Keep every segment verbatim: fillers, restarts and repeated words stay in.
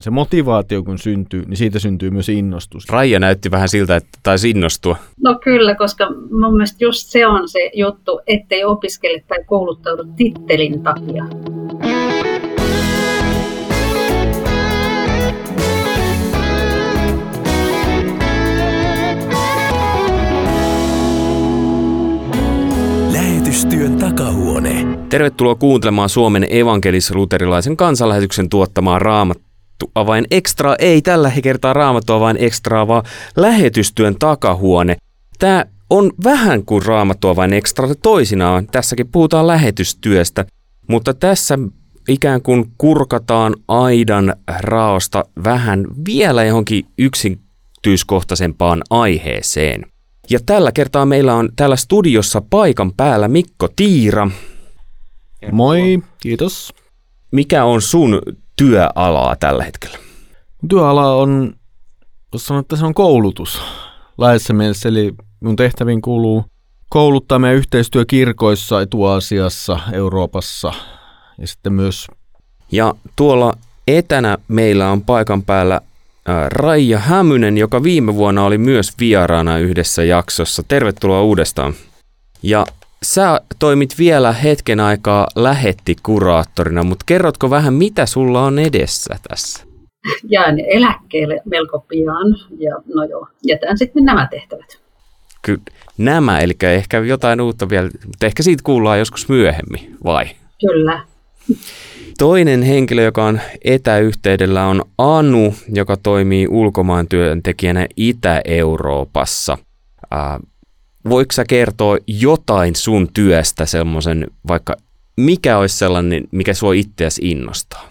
se motivaatio kun syntyy, niin siitä syntyy myös innostus. Raija näytti vähän siltä, että taisi innostua. No kyllä, koska mun mielestä just se on se juttu, ettei opiskele tai kouluttaudu tittelin takia. Lähetystyön takahuone. Tervetuloa kuuntelemaan Suomen evankelis-luterilaisen kansanlähetyksen tuottamaa Raamattu avain ekstraa. Ei tällä kertaa Raamattu avain ekstraa, vaan lähetystyön takahuone. Tämä on vähän kuin Raamattu avain ekstraa toisinaan. Tässäkin puhutaan lähetystyöstä, mutta tässä ikään kuin kurkataan aidan raosta vähän vielä johonkin yksityiskohtaisempaan aiheeseen. Ja tällä kertaa meillä on täällä studiossa paikan päällä Mikko Tiira. Moi, kiitos. Mikä on sun työalaa tällä hetkellä? Työala on, jos sanoa, että se on koulutus laajassa mielessä, eli mun tehtäviin kuuluu kouluttaa meidän yhteistyö kirkoissa, etuasiassa, Euroopassa ja sitten myös. Ja tuolla etänä meillä on paikan päällä Raija Hämynen, joka viime vuonna oli myös vieraana yhdessä jaksossa. Tervetuloa uudestaan. Ja sä toimit vielä hetken aikaa lähettikuraattorina, mutta kerrotko vähän, mitä sulla on edessä tässä? Jään eläkkeelle melko pian ja no joo, jätän sitten nämä tehtävät. Kyllä, nämä, eli ehkä jotain uutta vielä, mutta ehkä siitä kuullaan joskus myöhemmin, vai? Kyllä. Toinen henkilö, joka on etäyhteydellä, on Anu, joka toimii ulkomaan työntekijänä Itä-Euroopassa. Äh, voiko sä kertoa jotain sun työstä semmoisen, vaikka mikä olisi sellainen, mikä sua itseäsi innostaa?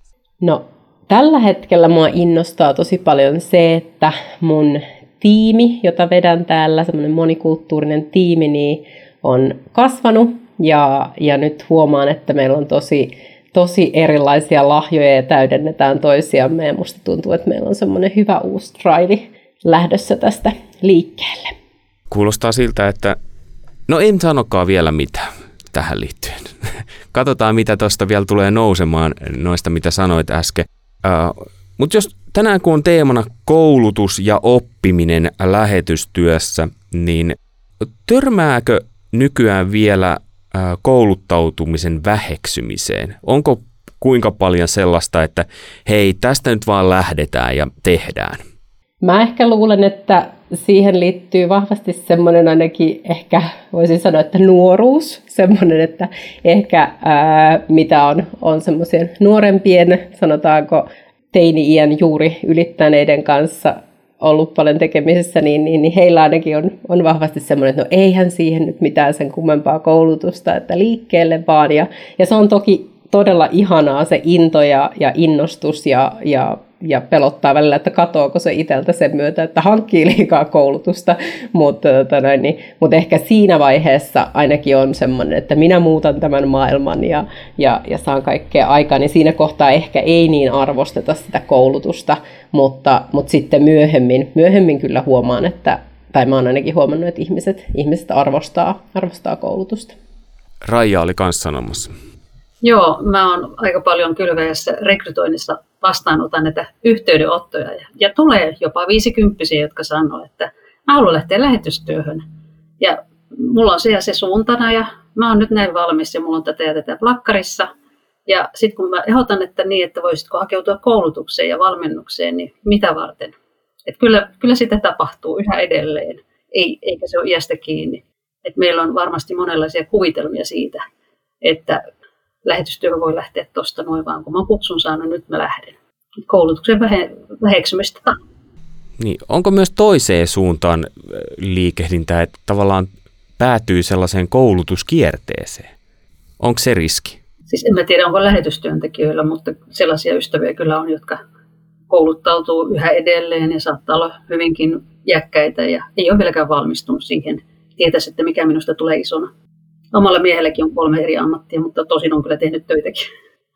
No, tällä hetkellä mua innostaa tosi paljon se, että mun tiimi, jota vedän täällä, semmoinen monikulttuurinen tiimi, niin on kasvanut ja, ja nyt huomaan, että meillä on tosi tosi erilaisia lahjoja ja täydennetään toisiamme ja musta tuntuu, että meillä on semmoinen hyvä uusi drive lähdössä tästä liikkeelle. Kuulostaa siltä, että no en sanokaan vielä mitään tähän liittyen. Katsotaan, mitä tuosta vielä tulee nousemaan noista, mitä sanoit äsken. Uh, Mutta jos tänään kun on teemana koulutus ja oppiminen lähetystyössä, niin törmääkö nykyään vielä kouluttautumisen väheksymiseen? Onko kuinka paljon sellaista, että hei, tästä nyt vaan lähdetään ja tehdään? Mä ehkä luulen, että siihen liittyy vahvasti semmoinen ainakin ehkä voisin sanoa, että nuoruus. Semmoinen, että ehkä ää, mitä on, on semmoisien nuorempien, sanotaanko teini-iän juuri ylittäneiden kanssa ollut paljon tekemisissä, niin, niin, niin heillä ainakin on, on vahvasti semmoinen, että no eihän siihen nyt mitään sen kummempaa koulutusta, että liikkeelle vaan. Ja, ja se on toki todella ihanaa se into ja, ja innostus ja, ja, ja pelottaa välillä, että katoako se itseltä sen myötä, että hankkii liikaa koulutusta. Mutta tota niin, mut ehkä siinä vaiheessa ainakin on semmoinen, että minä muutan tämän maailman ja, ja, ja saan kaikkea aikaa, niin siinä kohtaa ehkä ei niin arvosteta sitä koulutusta, mutta, mutta sitten myöhemmin, myöhemmin kyllä huomaan, että, tai mä oon ainakin huomannut, että ihmiset, ihmiset arvostaa, arvostaa koulutusta. Raija oli kanssa sanomassa. Joo, mä oon aika paljon kylväjässä rekrytoinnissa vastaanotan näitä yhteydenottoja. Ja, ja tulee jopa viisikymppisiä, jotka sanoo, että mä haluan lähteä lähetystyöhön. Ja mulla on se ja se suuntana ja mä oon nyt näin valmis ja mulla on tätä ja tätä plakkarissa. Ja sitten kun mä ehdotan, että niin, että voisitko hakeutua koulutukseen ja valmennukseen, niin mitä varten? Että kyllä, kyllä sitä tapahtuu yhä edelleen, Ei, eikä se ole iästä kiinni. Et meillä on varmasti monenlaisia kuvitelmia siitä, että lähetystyö voi lähteä tuosta noin vaan, kun mä kutsun saanut, nyt mä lähden. Koulutuksen väheksymistä. Niin, onko myös toiseen suuntaan liikehdintää, että tavallaan päätyy sellaiseen koulutuskierteeseen? Onko se riski? Siis en mä tiedä, onko lähetystyöntekijöillä, mutta sellaisia ystäviä kyllä on, jotka kouluttautuu yhä edelleen ja saattaa olla hyvinkin jäkkäitä ja ei ole vieläkään valmistunut siihen. Tietäisi, että mikä minusta tulee isona. Omalla miehelläkin on kolme eri ammattia, mutta tosin on kyllä tehnyt töitäkin.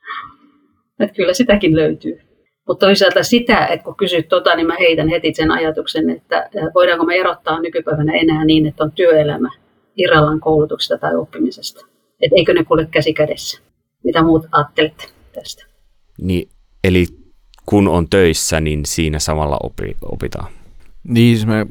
Että kyllä sitäkin löytyy. Mutta toisaalta sitä, että kun kysyt tota, niin mä heitän heti sen ajatuksen, että voidaanko me erottaa nykypäivänä enää niin, että on työelämä irrallaan koulutuksesta tai oppimisesta. Että eikö ne kulje käsi kädessä? Mitä muut ajattelette tästä? Niin, eli kun on töissä, niin siinä samalla opi, opitaan? Niin, jos me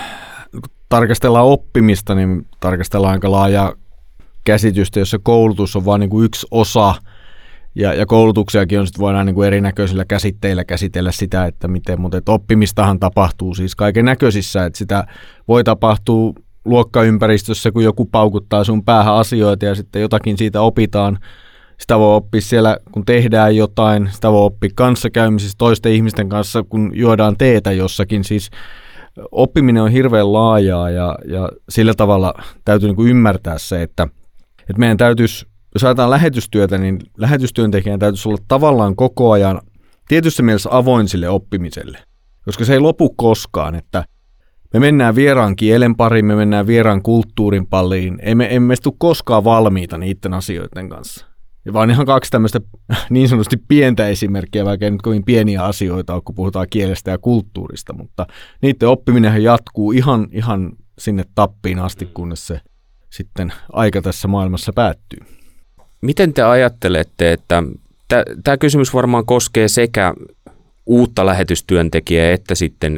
tarkastellaan oppimista, niin tarkastellaan aika laajaa käsitystä, jossa koulutus on vain niin kuin yksi osa, ja, ja koulutuksiakin on sitten voidaan niin kuin erinäköisillä käsitteillä käsitellä sitä, että miten, mutta että oppimistahan tapahtuu siis kaiken näköisissä, että sitä voi tapahtua luokkaympäristössä, kun joku paukuttaa sun päähän asioita ja sitten jotakin siitä opitaan. Sitä voi oppia siellä, kun tehdään jotain, sitä voi oppia kanssakäymisissä toisten ihmisten kanssa, kun juodaan teetä jossakin. Siis oppiminen on hirveän laajaa ja, ja sillä tavalla täytyy niin kuin ymmärtää se, että, että meidän täytyisi, jos ajatellaan lähetystyötä, niin lähetystyöntekijän täytyisi olla tavallaan koko ajan tietyssä mielessä avoin sille oppimiselle, koska se ei lopu koskaan, että me mennään vieraan kielen pariin, me mennään vieraan kulttuurin pariin, emme, emme tule koskaan valmiita niiden asioiden kanssa. Ja vaan ihan kaksi tämmöistä niin sanotusti pientä esimerkkiä, vaikka ei nyt kovin pieniä asioita ole, kun puhutaan kielestä ja kulttuurista, mutta niiden oppiminen jatkuu ihan, ihan sinne tappiin asti, kunnes se sitten aika tässä maailmassa päättyy. Miten te ajattelette, että tämä kysymys varmaan koskee sekä uutta lähetystyöntekijää että sitten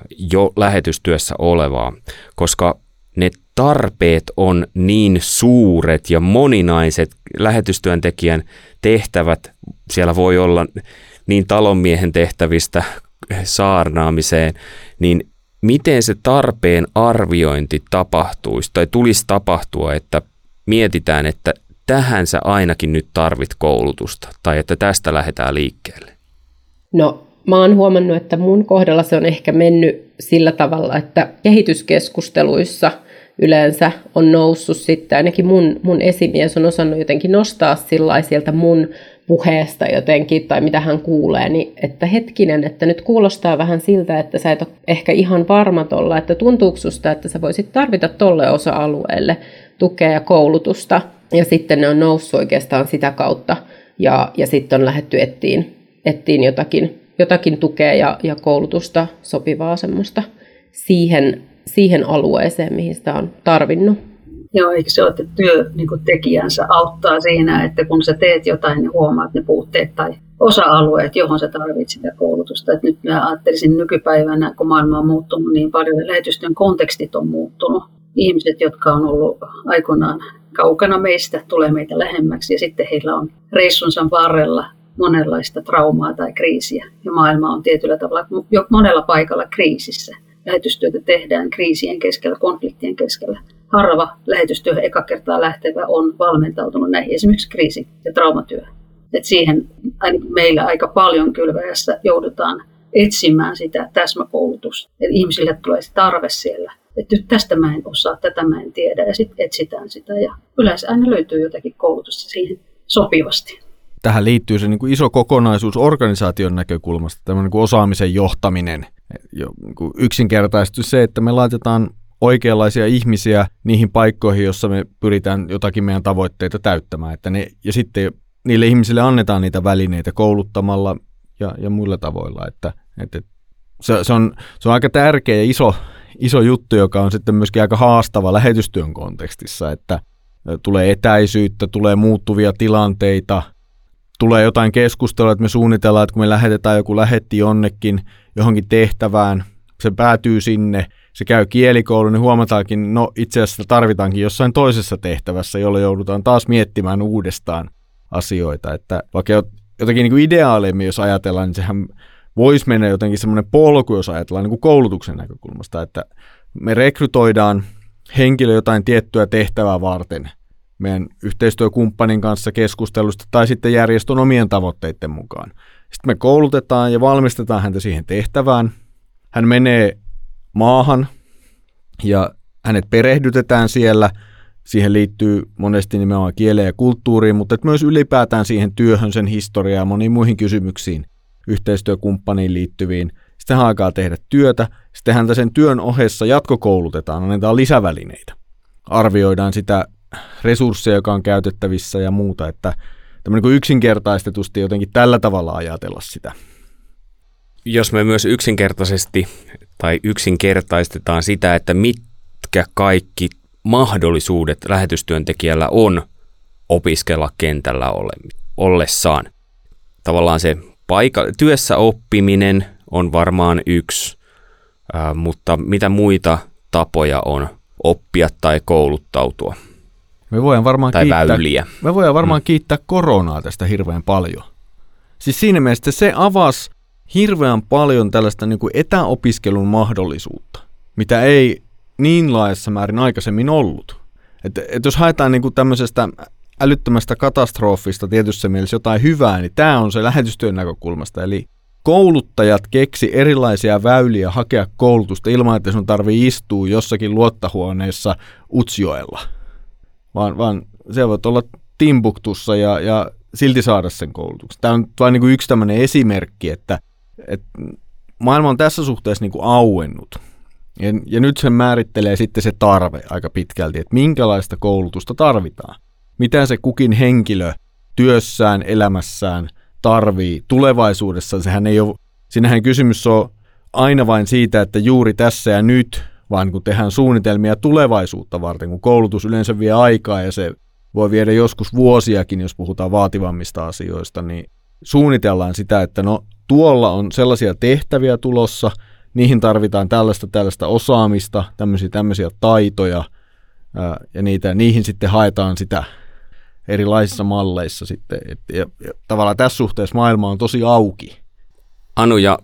jo lähetystyössä olevaa, koska ne tarpeet on niin suuret ja moninaiset. Lähetystyöntekijän tehtävät, siellä voi olla niin talonmiehen tehtävistä saarnaamiseen, niin miten se tarpeen arviointi tapahtuisi tai tulisi tapahtua, että mietitään, että tähän sä ainakin nyt tarvit koulutusta tai että tästä lähdetään liikkeelle? No, mä oon huomannut, että mun kohdalla se on ehkä mennyt sillä tavalla, että kehityskeskusteluissa yleensä on noussut sitten, ainakin mun, mun esimies on osannut jotenkin nostaa sillä sieltä mun puheesta jotenkin, tai mitä hän kuulee, niin että hetkinen, että nyt kuulostaa vähän siltä, että sä et ole ehkä ihan varma tolla, että tuntuuko susta, että sä voisit tarvita tolle osa-alueelle tukea ja koulutusta, ja sitten ne on noussut oikeastaan sitä kautta, ja, ja sitten on lähdetty etsiin, etsiin jotakin, jotakin tukea ja, ja koulutusta sopivaa semmoista siihen, siihen alueeseen, mihin sitä on tarvinnut. Joo, eikö se ole, että työtekijänsä auttaa siinä, että kun sä teet jotain, niin huomaat ne puutteet tai osa-alueet, johon sä tarvitset sitä koulutusta. Et nyt mä ajattelisin nykypäivänä, kun maailma on muuttunut niin paljon, lähetystyön kontekstit on muuttunut. Ihmiset, jotka on ollut aikoinaan kaukana meistä, tulee meitä lähemmäksi ja sitten heillä on reissunsa varrella monenlaista traumaa tai kriisiä. Ja maailma on tietyllä tavalla jo monella paikalla kriisissä. Lähetystyötä tehdään kriisien keskellä, konfliktien keskellä. Harva lähetystyöhön eka kertaa lähtevä on valmentautunut näihin esimerkiksi kriisi- ja traumatyöhön. Et siihen meillä aika paljon Kylväjässä joudutaan etsimään sitä täsmäkoulutusta. Et ihmisille tulee se tarve siellä, että nyt tästä mä en osaa, tätä mä en tiedä ja sitten etsitään sitä. Ja yleensä aina löytyy jotakin koulutusta siihen sopivasti. Tähän liittyy se niin kuin iso kokonaisuus organisaation näkökulmasta, tämmöinen niin kuin osaamisen johtaminen. Niin kuin yksinkertaisesti se, että me laitetaan oikeanlaisia ihmisiä niihin paikkoihin, joissa me pyritään jotakin meidän tavoitteita täyttämään. Että ne, ja sitten niille ihmisille annetaan niitä välineitä kouluttamalla ja, ja muilla tavoilla. Että, että se, se, on, se on aika tärkeä ja iso, iso juttu, joka on sitten myöskin aika haastava lähetystyön kontekstissa, että tulee etäisyyttä, tulee muuttuvia tilanteita, tulee jotain keskustelua, että me suunnitellaan, että kun me lähetetään joku lähetti jonnekin johonkin tehtävään, se päätyy sinne, se käy kielikoulun, niin huomataankin, no itse asiassa tarvitaankin jossain toisessa tehtävässä, jolla joudutaan taas miettimään uudestaan asioita. Että vaikka jotenkin niin kuin ideaalimmin, jos ajatellaan, niin sehän voisi mennä jotenkin semmoinen polku, jos ajatellaan niin kuin koulutuksen näkökulmasta, että me rekrytoidaan henkilö jotain tiettyä tehtävää varten meidän yhteistyökumppanin kanssa keskustelusta tai sitten järjestön omien tavoitteiden mukaan. Sitten me koulutetaan ja valmistetaan häntä siihen tehtävään. Hän menee maahan ja hänet perehdytetään siellä. Siihen liittyy monesti nimenomaan kieleen ja kulttuuriin, mutta myös ylipäätään siihen työhön, sen historiaan ja moniin muihin kysymyksiin yhteistyökumppaniin liittyviin. Sitten hän alkaa tehdä työtä. Sitten häntä sen työn ohessa jatkokoulutetaan, annetaan lisävälineitä. Arvioidaan sitä resursseja, joka on käytettävissä ja muuta, että tämmöinen kuin yksinkertaistetusti jotenkin tällä tavalla ajatella sitä. Jos me myös yksinkertaisesti tai yksinkertaistetaan sitä, että mitkä kaikki mahdollisuudet lähetystyöntekijällä on opiskella kentällä ollessaan. Tavallaan se paika- työssä oppiminen on varmaan yksi, ää, mutta mitä muita tapoja on oppia tai kouluttautua? Me voidaan varmaan, tai kiittää, väyliä. Me voidaan varmaan mm. kiittää koronaa tästä hirveän paljon. Siis siinä mielessä se avasi hirveän paljon tällaista niin kuin etäopiskelun mahdollisuutta, mitä ei niin laajassa määrin aikaisemmin ollut. Että et jos haetaan niin kuin tämmöisestä älyttömästä katastrofista tietyssä mielessä jotain hyvää, niin tämä on se lähetystyön näkökulmasta. Eli kouluttajat keksi erilaisia väyliä hakea koulutusta ilman, että sun tarvii istua jossakin luottahuoneessa Utsjoella. Vaan, vaan se voi olla Timbuktussa ja, ja silti saada sen koulutuksen. Tämä on vain niin kuin yksi tämmöinen esimerkki, että, että maailma on tässä suhteessa niin kuin auennut. Ja, ja nyt se määrittelee sitten se tarve aika pitkälti, että minkälaista koulutusta tarvitaan. Mitä se kukin henkilö työssään, elämässään tarvii tulevaisuudessa. Sehän ei ole, siinähän kysymys on aina vain siitä, että juuri tässä ja nyt, vaan kun tehdään suunnitelmia tulevaisuutta varten, kun koulutus yleensä vie aikaa ja se voi viedä joskus vuosiakin, jos puhutaan vaativammista asioista, niin suunnitellaan sitä, että no tuolla on sellaisia tehtäviä tulossa, niihin tarvitaan tällaista tällaista osaamista, tämmöisiä tämmöisiä taitoja ää, ja niitä, niihin sitten haetaan sitä erilaisissa malleissa sitten. Et, ja, ja tavallaan tässä suhteessa maailma on tosi auki. Anu ja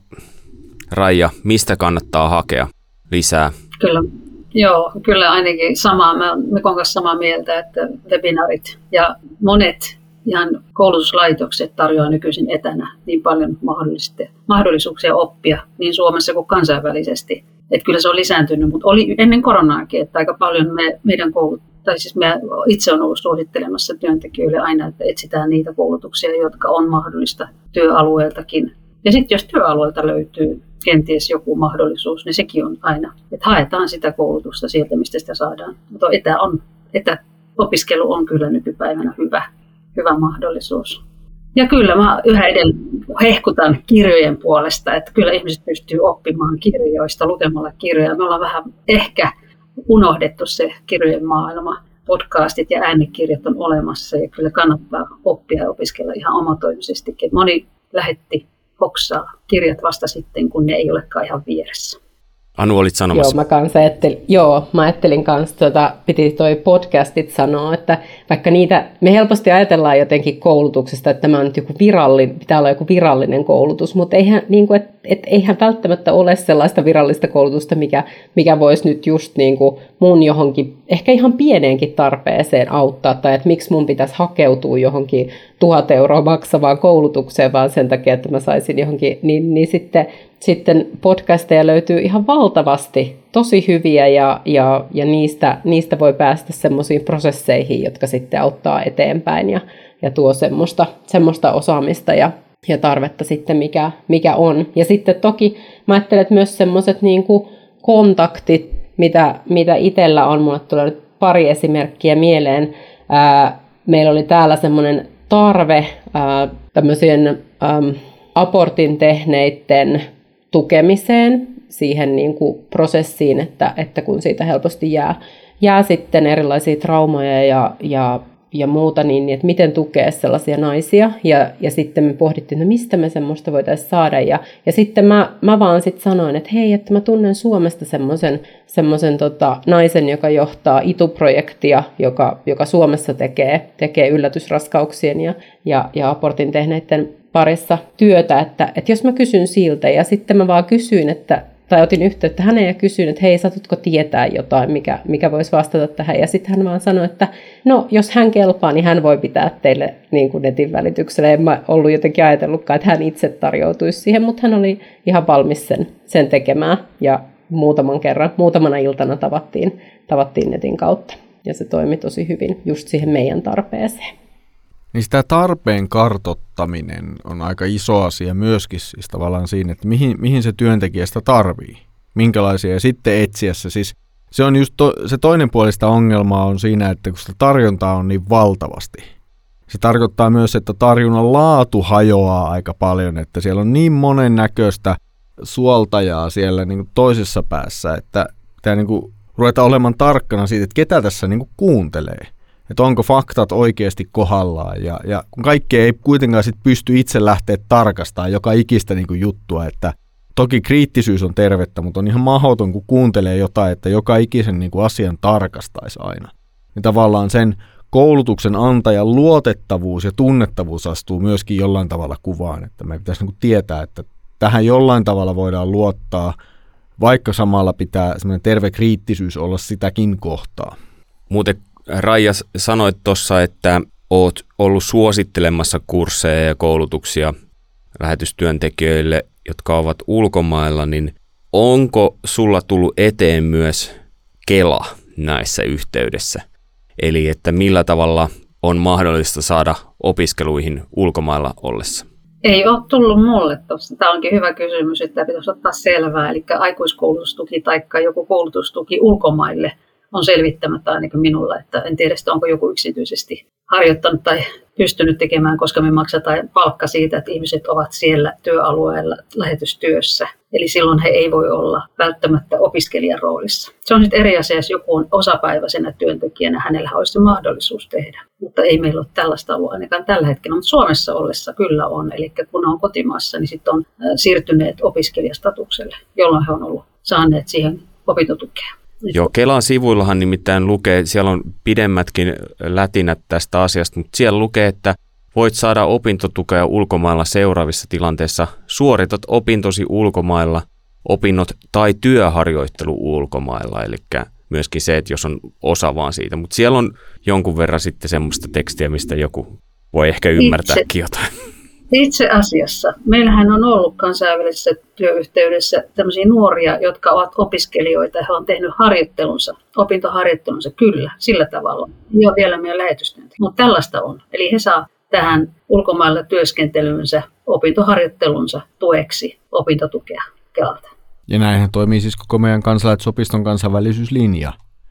Raija, mistä kannattaa hakea lisää? Kyllä, joo, kyllä ainakin samaa. Mä olen Mikon kanssa samaa mieltä, että webinaarit ja monet ihan koulutuslaitokset tarjoaa nykyisin etänä niin paljon mahdollisuuksia oppia niin Suomessa kuin kansainvälisesti. Että kyllä se on lisääntynyt, mutta oli ennen koronaakin, että aika paljon me, meidän koulut, tai siis me itse on ollut suosittelemassa työntekijöille aina, että etsitään niitä koulutuksia, jotka on mahdollista työalueeltakin. Ja sitten jos työalueelta löytyy kenties joku mahdollisuus, niin sekin on aina, että haetaan sitä koulutusta sieltä, mistä sitä saadaan. Mutta etä on, etäopiskelu on kyllä nykypäivänä hyvä, hyvä mahdollisuus. Ja kyllä mä yhä edelleen hehkutan kirjojen puolesta, että kyllä ihmiset pystyy oppimaan kirjoista, lukemalla kirjoja. Me ollaan vähän ehkä unohdettu se kirjojen maailma. Podcastit ja äänekirjat on olemassa ja kyllä kannattaa oppia ja opiskella ihan omatoimisestikin. Moni lähetti hoksaa kirjat vasta sitten, kun ne ei olekaan ihan vieressä. Anu, olit sanomassa. Joo, mä kanssa ajattelin, joo, mä ajattelin kanssa, tuota, piti toi podcastit sanoa, että vaikka niitä, me helposti ajatellaan jotenkin koulutuksesta, että tämä on nyt joku virallinen, pitää olla joku virallinen koulutus, mutta eihän, niin kuin, et, et, eihän välttämättä ole sellaista virallista koulutusta, mikä, mikä voisi nyt just niin kuin mun johonkin, ehkä ihan pieneenkin tarpeeseen auttaa, tai että miksi mun pitäisi hakeutua johonkin tuhat euroa maksavaan koulutukseen, vaan sen takia, että mä saisin johonkin, niin, niin sitten Sitten podcasteja löytyy ihan valtavasti, tosi hyviä, ja, ja, ja niistä, niistä voi päästä semmoisiin prosesseihin, jotka sitten auttaa eteenpäin ja, ja tuo semmoista, semmoista osaamista ja, ja tarvetta sitten, mikä, mikä on. Ja sitten toki mä ajattelen, että myös semmoiset niin kuin kontaktit, mitä, mitä itsellä on, mulle tulee nyt pari esimerkkiä mieleen. Ää, meillä oli täällä semmoinen tarve ää, tämmöisen äm, abortin tehneiden tukemiseen, siihen niin kuin prosessiin, että, että kun siitä helposti jää, jää sitten erilaisia traumaja ja, ja, ja muuta, niin että miten tukea sellaisia naisia. Ja, ja sitten me pohdittiin, että mistä me semmoista voitaisiin saada. Ja, ja sitten mä, mä vaan sitten sanoin, että hei, että mä tunnen Suomesta semmoisen semmoisen tota, naisen, joka johtaa I T U-projektia, joka, joka Suomessa tekee, tekee yllätysraskauksien ja, ja, ja abortin tehneiden parissa työtä, että, että jos mä kysyn siltä ja sitten mä vaan kysyin, että, tai otin yhteyttä häneen ja kysyin, että hei, satutko tietää jotain, mikä, mikä voisi vastata tähän. Ja sitten hän vaan sanoi, että no, jos hän kelpaa, niin hän voi pitää teille niin kuin netin välityksellä. En mä ollut jotenkin ajatellutkaan, että hän itse tarjoutuisi siihen, mutta hän oli ihan valmis sen, sen tekemään. Ja muutaman kerran, muutamana iltana tavattiin, tavattiin netin kautta. Ja se toimi tosi hyvin just siihen meidän tarpeeseen. Niin sitä tarpeen kartoittaminen on aika iso asia myöskin siis tavallaan siinä, että mihin, mihin se työntekijästä tarvii, minkälaisia, ja sitten etsiä se. Siis se on just to, se toinen puoli sitä ongelmaa on siinä, että kun sitä tarjontaa on niin valtavasti. Se tarkoittaa myös, että tarjonnan laatu hajoaa aika paljon, että siellä on niin monennäköistä suoltajaa siellä niin kuin toisessa päässä, että pitää niin kuin ruveta olemaan tarkkana siitä, että ketä tässä niin kuin kuuntelee. että onko faktat oikeasti kohdallaan. Ja, ja kun kaikkea ei kuitenkaan sit pysty itse lähteä tarkastamaan joka ikistä niin kuin juttua, että toki kriittisyys on tervettä, mutta on ihan mahdoton, kun kuuntelee jotain, että joka ikisen niin kuin asian tarkastaisi aina. Niin tavallaan sen koulutuksen antajan luotettavuus ja tunnettavuus astuu myöskin jollain tavalla kuvaan, että me pitäisi niin kuin tietää, että tähän jollain tavalla voidaan luottaa, vaikka samalla pitää semmoinen terve kriittisyys olla sitäkin kohtaa. Muuten Raija sanoit tuossa, että oot ollut suosittelemassa kursseja ja koulutuksia lähetystyöntekijöille, jotka ovat ulkomailla, niin onko sulla tullut eteen myös Kela näissä yhteydessä? Eli että millä tavalla on mahdollista saada opiskeluihin ulkomailla ollessa? Ei ole tullut mulle tuossa. Tämä onkin hyvä kysymys, että pitäisi ottaa selvää. Eli aikuiskoulutustuki tai joku koulutustuki ulkomaille on selvittämättä ainakin minulla. Että en tiedä, onko joku yksityisesti harjoittanut tai pystynyt tekemään, koska me maksataan palkka siitä, että ihmiset ovat siellä työalueella lähetystyössä. Eli silloin he ei voi olla välttämättä opiskelijan roolissa. Se on sitten eri asia, jos joku on osapäiväisenä työntekijänä, hänellä olisi se mahdollisuus tehdä. Mutta ei meillä ole tällaista ollut ainakaan tällä hetkellä, mutta Suomessa ollessa kyllä on. Eli kun on kotimaassa, niin sitten on siirtyneet opiskelijastatukselle, jolloin he on ollut saaneet siihen opintotukea. Joo, Kelan sivuillahan nimittäin lukee, siellä on pidemmätkin lätinät tästä asiasta, mutta siellä lukee, että voit saada opintotukea ulkomailla seuraavissa tilanteissa. Suoritat opintosi ulkomailla, opinnot tai työharjoittelu ulkomailla, eli myöskin se, että jos on osa vaan siitä. Mutta siellä on jonkun verran sitten semmoista tekstiä, mistä joku voi ehkä ymmärtääkin itse, jotain. Itse asiassa meillähän on ollut kansainvälisessä työyhteydessä tämmöisiä nuoria, jotka ovat opiskelijoita ja he on tehnyt harjoittelunsa, opintoharjoittelunsa kyllä, sillä tavalla. Ei ole vielä meidän lähetystyöntä, mutta tällaista on. Eli he saa tähän ulkomailla työskentelynsä, opintoharjoittelunsa tueksi opintotukea Kelalta. Ja näinhän toimii siis koko meidän kansalaisopiston kansainvälisyyslinja,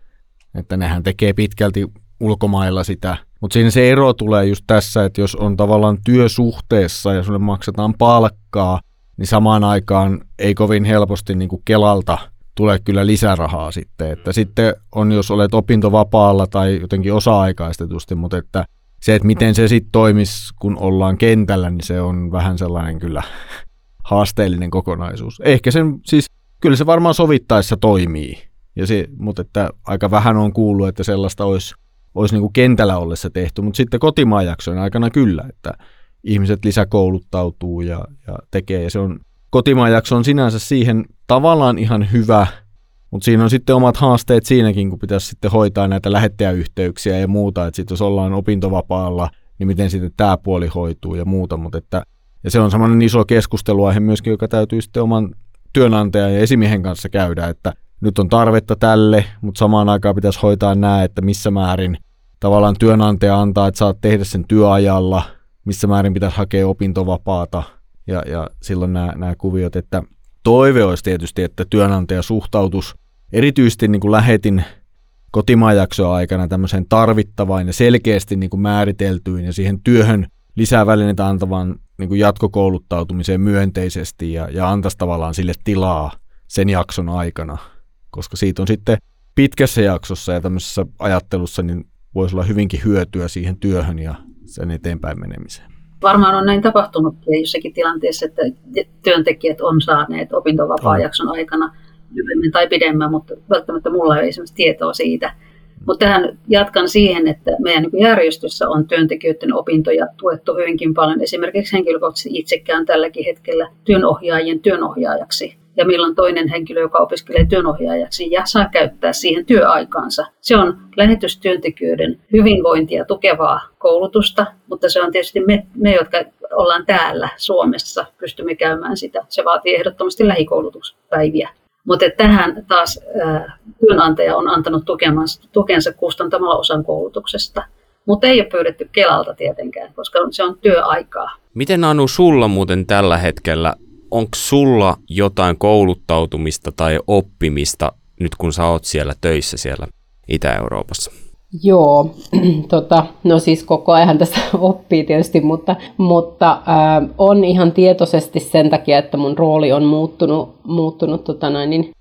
että nehän tekee pitkälti ulkomailla sitä. Mutta siinä se ero tulee just tässä, että jos on tavallaan työsuhteessa ja sulle maksetaan palkkaa, niin samaan aikaan ei kovin helposti niin kuin Kelalta tule kyllä lisärahaa sitten. Että sitten on, jos olet opintovapaalla tai jotenkin osa-aikaistetusti, mutta että se, että miten se sitten toimisi, kun ollaan kentällä, niin se on vähän sellainen kyllä haasteellinen kokonaisuus. Ehkä sen, siis kyllä se varmaan sovittaessa toimii, ja se, mutta että aika vähän on kuullut, että sellaista olisi olisi niin kuin kentällä ollessa tehty, mutta sitten kotimaanjaksojen aikana kyllä, että ihmiset lisäkouluttautuu ja, ja tekee, ja se on, kotimaanjakso on sinänsä siihen tavallaan ihan hyvä, mutta siinä on sitten omat haasteet siinäkin, kun pitäisi sitten hoitaa näitä lähettäjäyhteyksiä ja muuta, että sitten jos ollaan opintovapaalla, niin miten sitten tämä puoli hoituu ja muuta, mutta että, ja se on semmoinen iso keskusteluaihe myöskin, joka täytyy sitten oman työnantajan ja esimiehen kanssa käydä, että nyt on tarvetta tälle, mutta samaan aikaan pitäisi hoitaa nämä, että missä määrin tavallaan työnantaja antaa, että saat tehdä sen työajalla, missä määrin pitäisi hakea opintovapaata ja, ja silloin nämä, nämä kuviot, että toive olisi tietysti, että työnantaja suhtautuisi erityisesti niin kuin lähetin kotimaanjaksoa aikana tämmöiseen tarvittavaan ja selkeästi niin kuin määriteltyyn ja siihen työhön lisävälineitä antavan niin kuin jatkokouluttautumiseen myönteisesti ja, ja antaisi tavallaan sille tilaa sen jakson aikana, koska siitä on sitten pitkässä jaksossa ja tämmöisessä ajattelussa niin voisi olla hyvinkin hyötyä siihen työhön ja sen eteenpäin menemiseen. Varmaan on näin tapahtunutkin jossakin tilanteessa, että työntekijät on saaneet opintovapaa-jakson aikana lyhyemmän tai pidemmän, mutta välttämättä mulla ei ole esimerkiksi tietoa siitä. Mutta tähän jatkan siihen, että meidän järjestössä on työntekijöiden opintoja tuettu hyvinkin paljon. Esimerkiksi henkilökohtaisesti itsekään tälläkin hetkellä työnohjaajien työnohjaajaksi. Ja milloin toinen henkilö, joka opiskelee työnohjaajaksi ja saa käyttää siihen työaikaansa. Se on lähetystyöntekijöiden hyvinvointia tukevaa koulutusta, mutta se on tietysti me, me jotka ollaan täällä Suomessa, pystymme käymään sitä. Se vaatii ehdottomasti lähikoulutuspäiviä. Mutta tähän taas ää, työnantaja on antanut tukensa kustantamalla osan koulutuksesta. Mutta ei ole pyydetty Kelalta tietenkään, koska se on työaikaa. Miten Anu sulla muuten tällä hetkellä, onko sulla jotain kouluttautumista tai oppimista nyt kun sä oot siellä töissä siellä Itä-Euroopassa? Joo, tota, no siis koko ajan tässä oppii tietysti, mutta, mutta äh, on ihan tietoisesti sen takia, että mun rooli on muuttunut, muuttunut tota noin, niin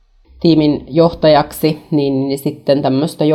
tiimin johtajaksi, niin, niin sitten tämmöistä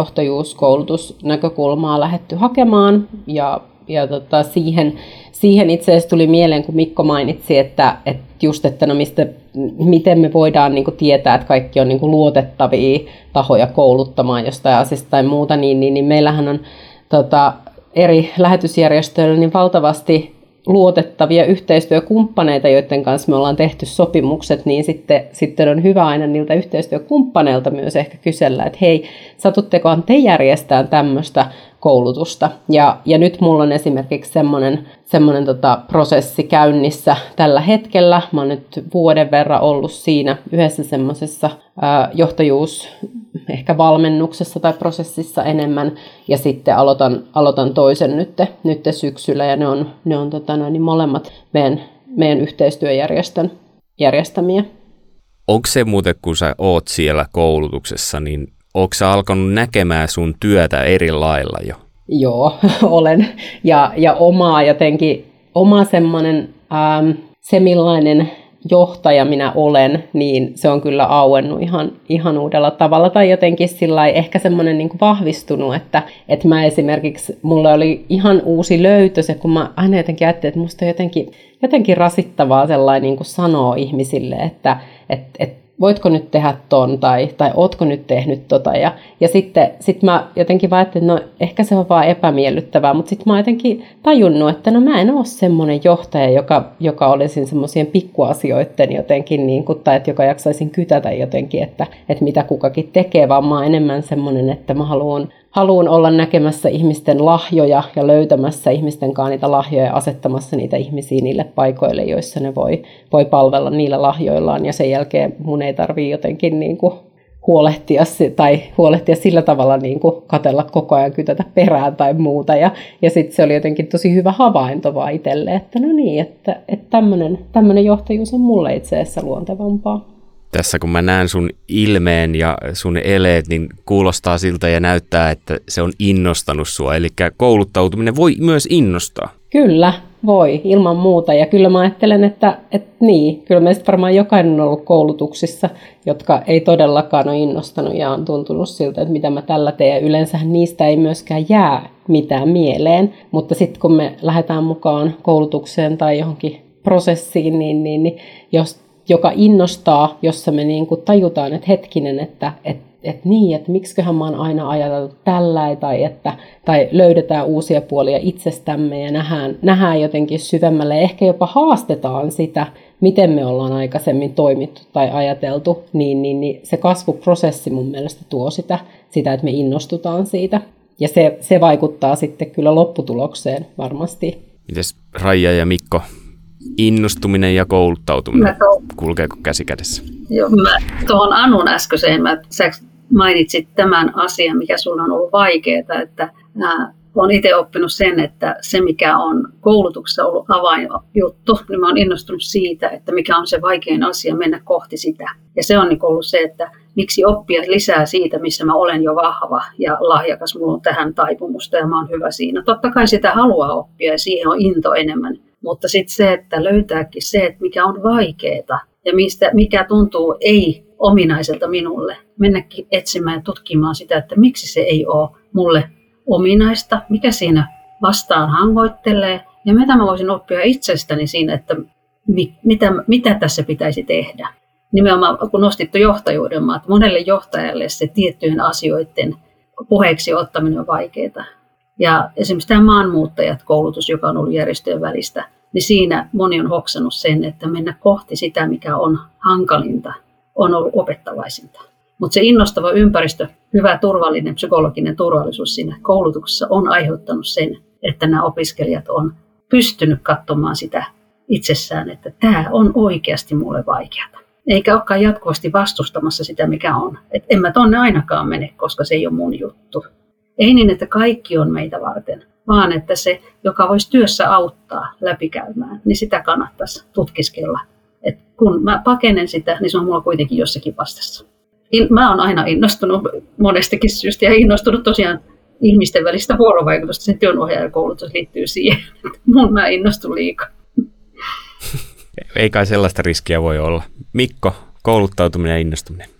johtajuuskoulutusnäkökulmaa lähdetty hakemaan ja, ja tota, siihen, siihen itse asiassa tuli mieleen, kun Mikko mainitsi, että, että just, että no mistä, miten me voidaan niin kuin tietää, että kaikki on niin kuin luotettavia tahoja kouluttamaan jostain asiasta tai muuta, niin, niin, niin meillähän on tota, eri lähetysjärjestöillä niin valtavasti luotettavia yhteistyökumppaneita, joiden kanssa me ollaan tehty sopimukset, niin sitten, sitten on hyvä aina niiltä yhteistyökumppaneilta myös ehkä kysellä, että hei, satuttekohan te järjestää tämmöistä koulutusta. Ja, ja nyt mulla on esimerkiksi semmoinen, semmoinen tota prosessi käynnissä tällä hetkellä. Mä oon nyt vuoden verran ollut siinä yhdessä semmoisessa ää, johtajuus, ehkä valmennuksessa tai prosessissa enemmän, ja sitten aloitan, aloitan toisen nyt, nyt syksyllä, ja ne on, ne on tota, no, niin molemmat meidän, meidän yhteistyöjärjestön järjestämiä. Onko se muuten, kun sä oot siellä koulutuksessa, niin onko sä alkanut näkemään sun työtä eri lailla jo? Joo, olen. Ja, ja omaa jotenkin, oma semmoinen, ähm, se millainen johtaja minä olen, niin se on kyllä auennut ihan, ihan uudella tavalla. Tai jotenkin sillai, ehkä semmoinen niin kuin vahvistunut, että, että mä esimerkiksi, mulla oli ihan uusi löytö se, kun mä aina jotenkin ajattelin, että musta on jotenkin, jotenkin rasittavaa sellainen niin kuin sanoa ihmisille, että et, et, voitko nyt tehdä ton, tai, tai ootko nyt tehnyt tota. Ja, ja sitten sit mä jotenkin vaan ajattelin, että no ehkä se on vaan epämiellyttävää, mutta sitten mä oon jotenkin tajunnut, että no mä en ole semmoinen johtaja, joka, joka olisin semmoisien pikkuasioiden jotenkin, niin kuin, tai että joka jaksaisin kytätä jotenkin, että, että mitä kukakin tekee, vaan mä oon enemmän semmoinen, että mä haluan, haluan olla näkemässä ihmisten lahjoja ja löytämässä ihmisten kanssa niitä lahjoja ja asettamassa niitä ihmisiä niille paikoille, joissa ne voi, voi palvella niillä lahjoillaan, ja sen jälkeen mun ei tarvitse jotenkin niin kuin huolehtia, tai huolehtia sillä tavalla niin kuin katsella koko ajan, kytätä perään tai muuta. Ja, ja sitten se oli jotenkin tosi hyvä havainto vaan itselle, että no niin, että, että tämmöinen, tämmöinen johtajuus on mulle itse asiassa luontevampaa. Tässä kun mä näen sun ilmeen ja sun eleet, niin kuulostaa siltä ja näyttää, että se on innostanut sua. Eli kouluttautuminen voi myös innostaa. Kyllä, voi, ilman muuta. Ja kyllä mä ajattelen, että, että niin, kyllä meistä varmaan jokainen on ollut koulutuksissa, jotka ei todellakaan ole innostanut ja on tuntunut siltä, että mitä mä tällä teen. Ja yleensähän niistä ei myöskään jää mitään mieleen, mutta sitten kun me lähdetään mukaan koulutukseen tai johonkin prosessiin, niin, niin, niin jos joka innostaa, jossa me niin kuin tajutaan, että hetkinen, että, että, että niin, että miksiköhän mä oon aina ajateltu tällä, tai, että, tai löydetään uusia puolia itsestämme ja nähdään, nähdään jotenkin syvemmälle, ja ehkä jopa haastetaan sitä, miten me ollaan aikaisemmin toimittu tai ajateltu, niin, niin, niin se kasvuprosessi mun mielestä tuo sitä, sitä että me innostutaan siitä. Ja se, se vaikuttaa sitten kyllä lopputulokseen varmasti. Mites Raija ja Mikko? Innostuminen ja kouluttautuminen, to... kulkeeko käsi kädessä? Joo, mä tuohon Anun äskeiseen, mä, sä mainitsit tämän asian, mikä sulla on ollut vaikeaa, että mä olen itse oppinut sen, että se mikä on koulutuksessa ollut avainjuttu, niin mä olen innostunut siitä, että mikä on se vaikein asia mennä kohti sitä. Ja se on niin ollut se, että miksi oppia lisää siitä, missä mä olen jo vahva ja lahjakas, mulla on tähän taipumusta ja mä oon hyvä siinä. Totta kai sitä haluaa oppia ja siihen on into enemmän. Mutta sitten se, että löytääkin se, että mikä on vaikeaa ja mistä, mikä tuntuu ei-ominaiselta minulle. Mennäkin etsimään ja tutkimaan sitä, että miksi se ei ole mulle ominaista, mikä siinä vastaan hangoittelee ja mitä mä voisin oppia itsestäni siinä, että mi, mitä, mitä tässä pitäisi tehdä. Nimenomaan kun nostitte johtajuuden, että monelle johtajalle se tiettyjen asioiden puheeksi ottaminen on vaikeaa. Ja esimerkiksi tämä maanmuuttajat-koulutus, joka on ollut järjestöjen välistä, niin siinä moni on hoksannut sen, että mennä kohti sitä, mikä on hankalinta, on ollut opettavaisinta. Mutta se innostava ympäristö, hyvä turvallinen psykologinen turvallisuus siinä koulutuksessa on aiheuttanut sen, että nämä opiskelijat on pystynyt katsomaan sitä itsessään, että tämä on oikeasti mulle vaikeaa. Eikä olekaan jatkuvasti vastustamassa sitä, mikä on. Et en mä tonne ainakaan mene, koska se ei ole mun juttu. Ei niin, että kaikki on meitä varten, vaan että se, joka voisi työssä auttaa läpikäymään, niin sitä kannattaisi tutkiskella. Et kun mä pakenen sitä, niin se on mulla kuitenkin jossakin vastassa. Mä oon aina innostunut monestakin syystä ja innostunut tosiaan ihmisten välistä vuorovaikutusta. Se työnohjaajakoulutus liittyy siihen. Mun mä innostun liikaa. Ei kai sellaista riskiä voi olla. Mikko, kouluttautuminen ja innostuminen.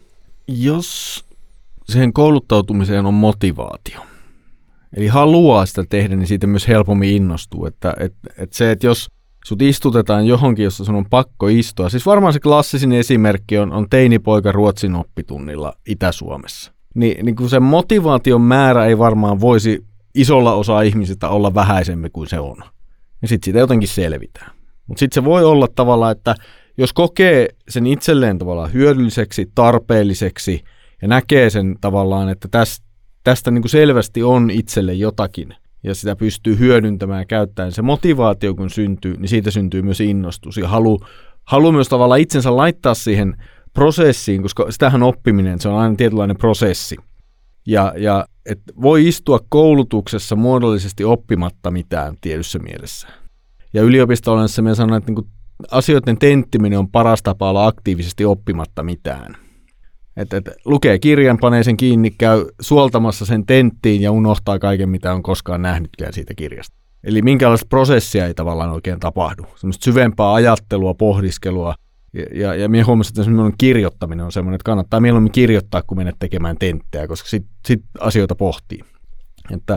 jos siihen kouluttautumiseen on motivaatio, eli haluaa sitä tehdä, niin siitä myös helpommin innostuu. Että, et, et se, että jos sut istutetaan johonkin, jossa sun on pakko istua, siis varmaan se klassisin esimerkki on, on teinipoika Ruotsin oppitunnilla Itä-Suomessa. Ni, niin kun se motivaation määrä ei varmaan voisi isolla osa ihmisistä olla vähäisemmin kuin se on. Ja sitten siitä jotenkin selvitään. Mutta sitten se voi olla tavallaan, että jos kokee sen itselleen tavallaan hyödylliseksi, tarpeelliseksi ja näkee sen tavallaan, että tästä, tästä niin kuin selvästi on itselle jotakin ja sitä pystyy hyödyntämään ja käyttämään, se motivaatio kun syntyy, niin siitä syntyy myös innostus ja halu, halu myös tavallaan itsensä laittaa siihen prosessiin, koska sitähän oppiminen, se on aina tietynlainen prosessi. Ja, ja et voi istua koulutuksessa muodollisesti oppimatta mitään tietyssä mielessä. Ja yliopisto-olennossa minä sanon, että niinku asioiden tenttiminen on paras tapa olla aktiivisesti oppimatta mitään. Et, et lukee kirjan, panee sen kiinni, käy suoltamassa sen tenttiin ja unohtaa kaiken, mitä on koskaan nähnytkään siitä kirjasta. Eli minkälaista prosessia ei tavallaan oikein tapahdu. Semmoista syvempää ajattelua, pohdiskelua. Ja, ja, ja minä huomasin, että semmoinen kirjoittaminen on semmoinen, että kannattaa mieluummin kirjoittaa, kun mennä tekemään tenttejä, koska sitten sit asioita pohtii. Että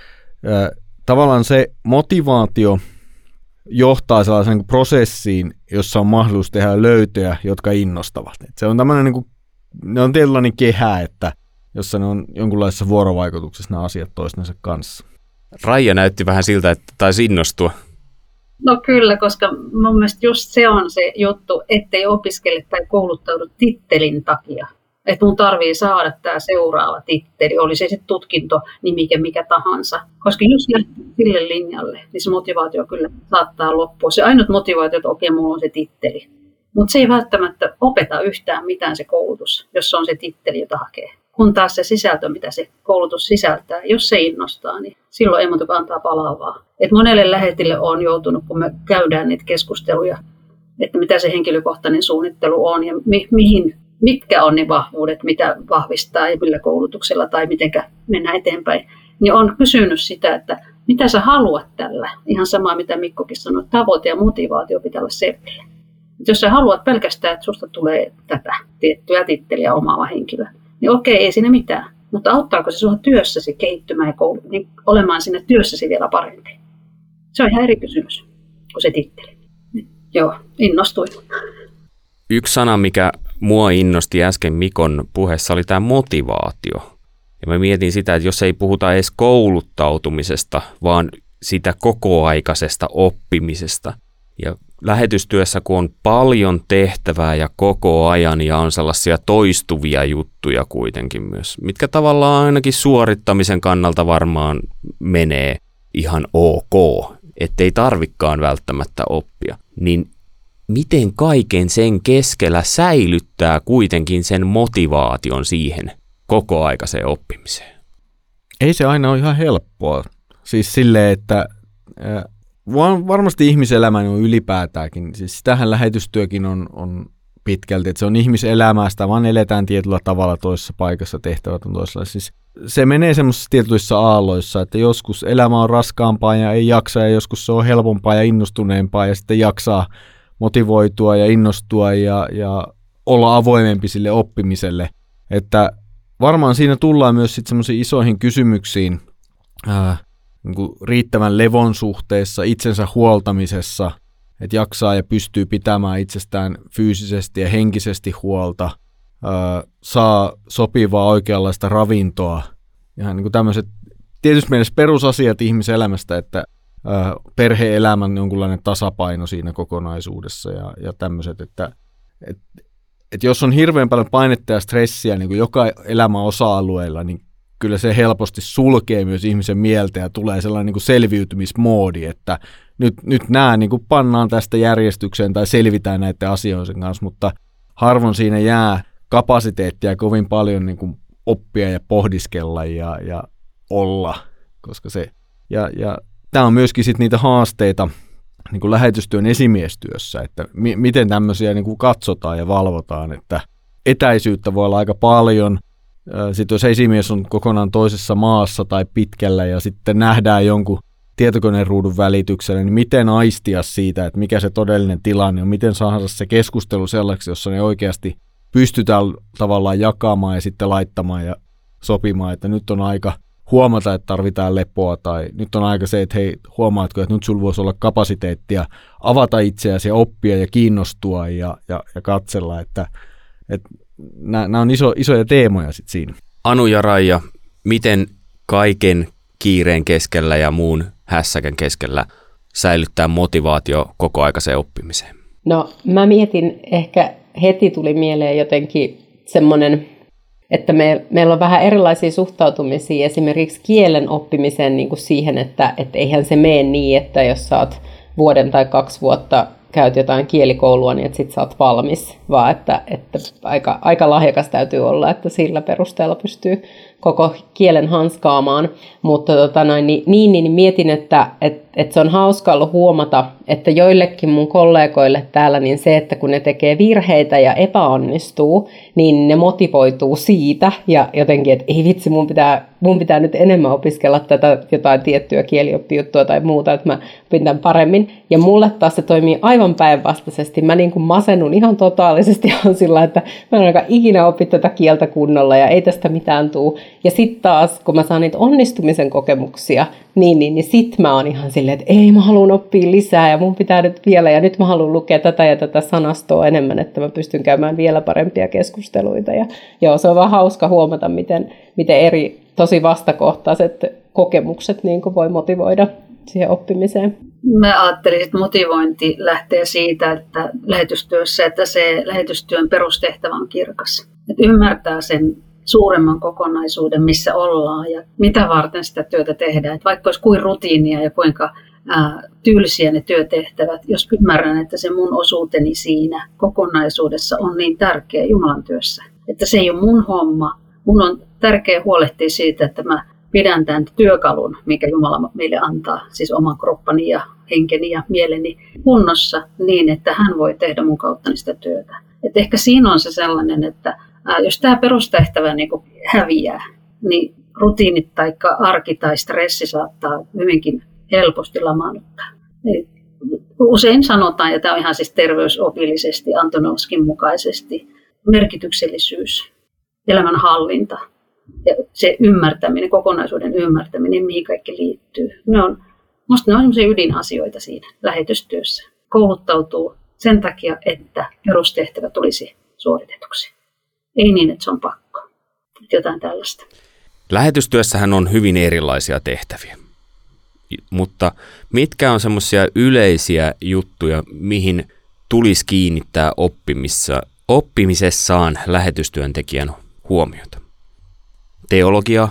äh, tavallaan se motivaatio johtaa sellaisen niin prosessiin, jossa on mahdollisuus tehdä löytöjä, jotka innostavat. Et se on tämmöinen, niin kuin, ne on tietynlainen kehä, että jossa ne on jonkunlaisessa vuorovaikutuksessa nämä asiat toistensa kanssa. Raija näytti vähän siltä, että taisi innostua. No kyllä, koska mun mielestä just se on se juttu, ettei opiskele tai kouluttaudu tittelin takia. Että mun tarvii saada tämä seuraava titteli, oli se sitten tutkinto, nimike mikä tahansa. Koska jos lähtee sille linjalle, niin se motivaatio kyllä saattaa loppua. Se ainut motivaatio, että okei, mulla on se titteli. Mutta se ei välttämättä opeta yhtään mitään se koulutus, jos se on se titteli, jota hakee. Kun taas se sisältö, mitä se koulutus sisältää, jos se innostaa, niin silloin ei muuta kuin antaa palaavaa. Et monelle lähetille on joutunut, kun me käydään niitä keskusteluja, että mitä se henkilökohtainen suunnittelu on ja mi- mihin, mitkä on ne vahvuudet, mitä vahvistaa ja millä koulutuksella tai miten mennään eteenpäin. Niin on kysynyt sitä, että mitä sä haluat tällä. Ihan samaa, mitä Mikkokin sanoi, tavoite ja motivaatio pitää olla selville. Et jos sä haluat pelkästään, että susta tulee tätä tiettyä titteliä omaava henkilö, niin okei, ei siinä mitään. Mutta auttaako se sinua työssäsi kehittymään ja koulu- niin olemaan siinä työssäsi vielä parempi? Se on ihan eri kysymys kuin se titteli. Joo, innostuin. Yksi sana, mikä mua innosti äsken Mikon puheessa, oli tämä motivaatio. Ja mä mietin sitä, että jos ei puhuta edes kouluttautumisesta, vaan sitä kokoaikaisesta oppimisesta. Ja lähetystyössä, kun on paljon tehtävää ja koko ajan ja on sellaisia toistuvia juttuja kuitenkin myös, mitkä tavallaan ainakin suorittamisen kannalta varmaan menee ihan ok, ettei tarvikaan välttämättä oppia, niin miten kaiken sen keskellä säilyttää kuitenkin sen motivaation siihen kokoaikaiseen oppimiseen? Ei se aina ole ihan helppoa. Siis silleen, että äh, varmasti ihmiselämä on ylipäätäänkin. Siis sitähän lähetystyökin on, on pitkälti, että se on ihmiselämää, sitä vaan eletään tietyllä tavalla toisessa paikassa, tehtävät on toisella. Siis se menee semmoisissa tietyissä aalloissa, että joskus elämä on raskaampaa ja ei jaksa, ja joskus se on helpompaa ja innostuneempaa, ja sitten jaksaa motivoitua ja innostua ja, ja olla avoimempi sille oppimiselle. Että varmaan siinä tullaan myös sitten semmoisiin isoihin kysymyksiin ää, niin kuin riittävän levon suhteessa, itsensä huoltamisessa, että jaksaa ja pystyy pitämään itsestään fyysisesti ja henkisesti huolta, ää, saa sopivaa oikeanlaista ravintoa. Ihan niin kuin tämmöiset tietysti mielessä perusasiat ihmiselämästä, että ää, perhe-elämän jonkunlainen tasapaino siinä kokonaisuudessa ja, ja tämmöiset, että et, et jos on hirveän paljon painetta ja stressiä niin kuin joka elämän osa-alueella, niin kyllä se helposti sulkee myös ihmisen mieltä ja tulee sellainen niin kuin selviytymismoodi, että nyt, nyt nämä niin kuin pannaan tästä järjestykseen tai selvitään näiden asioiden kanssa, mutta harvoin siinä jää kapasiteettia kovin paljon niin kuin oppia ja pohdiskella ja, ja olla, koska se, ja, ja tämä on myöskin sit niitä haasteita niin kuin lähetystyön esimiestyössä, että mi- miten tämmöisiä niin kuin katsotaan ja valvotaan, että etäisyyttä voi olla aika paljon. Sitten jos esimies on kokonaan toisessa maassa tai pitkällä ja sitten nähdään jonkun tietokoneen ruudun välityksellä, niin miten aistia siitä, että mikä se todellinen tilanne on, miten saada se keskustelu sellaiseksi, jossa ne oikeasti pystytään tavallaan jakamaan ja sitten laittamaan ja sopimaan, että nyt on aika huomata, että tarvitaan lepoa, tai nyt on aika se, että hei, huomaatko, että nyt sulla voisi olla kapasiteettia avata itseäsi ja oppia ja kiinnostua ja, ja, ja katsella, että, että nämä on iso, isoja teemoja sitten siinä. Anu ja Raija, miten kaiken kiireen keskellä ja muun hässäkän keskellä säilyttää motivaatio kokoaikaiseen oppimiseen? No mä mietin, ehkä heti tuli mieleen jotenkin semmoinen, että me, meillä on vähän erilaisia suhtautumisia esimerkiksi kielen oppimiseen niin kuin siihen, että et eihän se mene niin, että jos sä oot vuoden tai kaksi vuotta käyt jotain kielikoulua, niin että sit sä oot valmis, vaan että, että aika, aika lahjakas täytyy olla, että sillä perusteella pystyy koko kielen hanskaamaan. Mutta tota noin, niin, niin, niin mietin, että et, et se on hauska ollut huomata, että joillekin mun kollegoille täällä niin se, että kun ne tekee virheitä ja epäonnistuu, niin ne motivoituu siitä ja jotenkin, että ei vitsi, mun pitää, mun pitää nyt enemmän opiskella tätä jotain tiettyä kielioppijuttua tai muuta, että mä opin tämän paremmin. Ja mulle taas se toimii aivan päinvastaisesti. Mä niin kuin masennun ihan totaalisesti on sillä, että mä en aika ikinä opi tätä kieltä kunnolla ja ei tästä mitään tule. Ja sitten taas, kun mä saan niitä onnistumisen kokemuksia, niin, niin, niin sit mä oon ihan silleen, että ei, mä haluan oppia lisää ja mun pitää nyt vielä, ja nyt mä haluan lukea tätä ja tätä sanastoa enemmän, että mä pystyn käymään vielä parempia keskusteluita. Ja joo, se on vaan hauska huomata, miten, miten eri tosi vastakohtaiset kokemukset niin kuin voi motivoida siihen oppimiseen. Mä ajattelin, että motivointi lähtee siitä, että lähetystyössä, että se lähetystyön perustehtävä on kirkas. Että ymmärtää sen suuremman kokonaisuuden, missä ollaan ja mitä varten sitä työtä tehdään. Että vaikka olisi kuin rutiinia ja kuinka ää, tylsiä ne työtehtävät, jos ymmärrän, että se mun osuuteni siinä kokonaisuudessa on niin tärkeä Jumalan työssä. Että se ei ole mun homma. Mun on tärkeää huolehtia siitä, että mä pidän tämän työkalun, mikä Jumala meille antaa, siis oman kroppani ja henkeni ja mieleni kunnossa niin, että hän voi tehdä mun kauttani sitä työtä. Et ehkä siinä on se sellainen, että jos tämä perustehtävä niin kuin häviää, niin rutiinit tai arki tai stressi saattaa hyvinkin helposti lamaannuttaa. Usein sanotaan, ja tämä on ihan siis terveysopillisesti, Antonovskin mukaisesti, merkityksellisyys, elämänhallinta ja se ymmärtäminen, kokonaisuuden ymmärtäminen, mihin kaikki liittyy. Ne on, musta ne on sellaisia ydinasioita siinä lähetystyössä. Kouluttautuu sen takia, että perustehtävä tulisi suoritetuksi. Ei niin, että se on pakko. Jotain tällaista. Lähetystyössähän on hyvin erilaisia tehtäviä. Mutta mitkä on semmoisia yleisiä juttuja, mihin tulisi kiinnittää oppimissa, oppimisessaan lähetystyöntekijän huomiota? Teologia?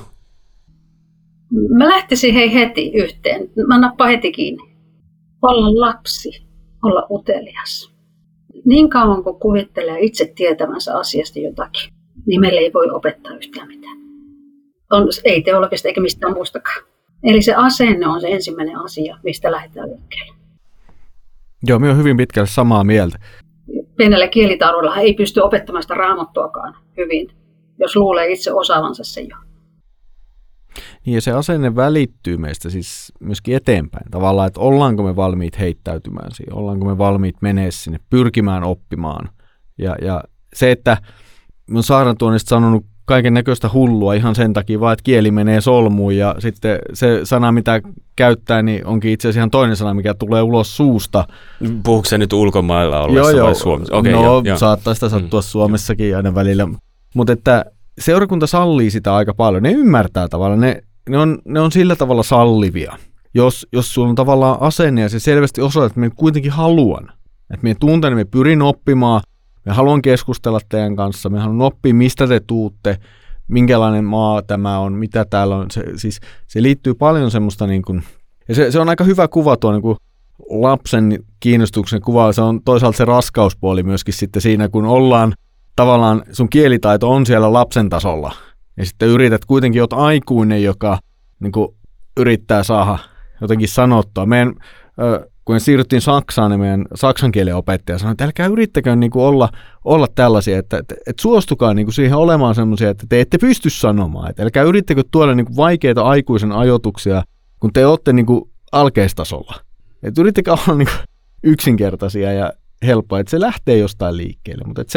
Mä lähtisin hei heti yhteen. Mä nappaan heti kiinni. Olla lapsi, olla utelias. Niin kauan kun kuvittelee itse tietävänsä asiasta jotakin, niin meillä ei voi opettaa yhtään mitään. On, ei teologista eikä mistään muustakaan. Eli se asenne on se ensimmäinen asia, mistä lähdetään liikkeelle. Joo, minä olen hyvin pitkälle samaa mieltä. Pienellä kielitaudulla ei pysty opettamaan sitä raamattuakaan hyvin, jos luulee itse osaavansa se jo. Niin ja se asenne välittyy meistä siis myöskin eteenpäin. Tavallaan, että ollaanko me valmiit heittäytymään siihen, ollaanko me valmiit menee sinne, pyrkimään oppimaan. Ja, ja se, että minun saarnatuonnista sanonut kaiken näköistä hullua ihan sen takia vaan, että kieli menee solmuun ja sitten se sana, mitä käyttää, niin onkin itse asiassa ihan toinen sana, mikä tulee ulos suusta. Puhuuko se nyt ulkomailla ollessa joo, vai joo. Suomessa? Okay, no, joo, joo. saattaa sitä sattua mm, Suomessakin aina välillä. Mutta että seurakunta sallii sitä aika paljon. Ne ymmärtää tavallaan, ne, ne, on, ne on sillä tavalla sallivia. Jos, jos sulla on tavallaan asenne ja se selvästi osoittaa, että me kuitenkin haluan. Että me tunteen, että me pyrin oppimaan, me haluan keskustella teidän kanssa, me haluan oppia, mistä te tuutte, minkälainen maa tämä on, mitä täällä on. Se, siis, se liittyy paljon semmoista, niin kuin, ja se, se on aika hyvä kuva tuo niin kuin lapsen kiinnostuksen kuva. Se on toisaalta se raskauspuoli myöskin sitten siinä, kun ollaan tavallaan, sun kielitaito on siellä lapsen tasolla. Ja sitten yrität kuitenkin, oot aikuinen, joka niin kuin, yrittää saada jotenkin sanottua. Meidän, ö, kun siirryttiin Saksaan, niin meidän saksan kielen opettaja sanoi, että älkää yrittäkö niin kuin olla, olla tällaisia, että, että, että suostukaa niin kuin siihen olemaan semmoisia, että te ette pysty sanomaan. Että älkää yrittäkö tuoda niin kuin vaikeita aikuisen ajoituksia, kun te olette niin kuin alkeistasolla. Että yrittäkää olla niin kuin yksinkertaisia ja helppoa, että se lähtee jostain liikkeelle. Mutta että se,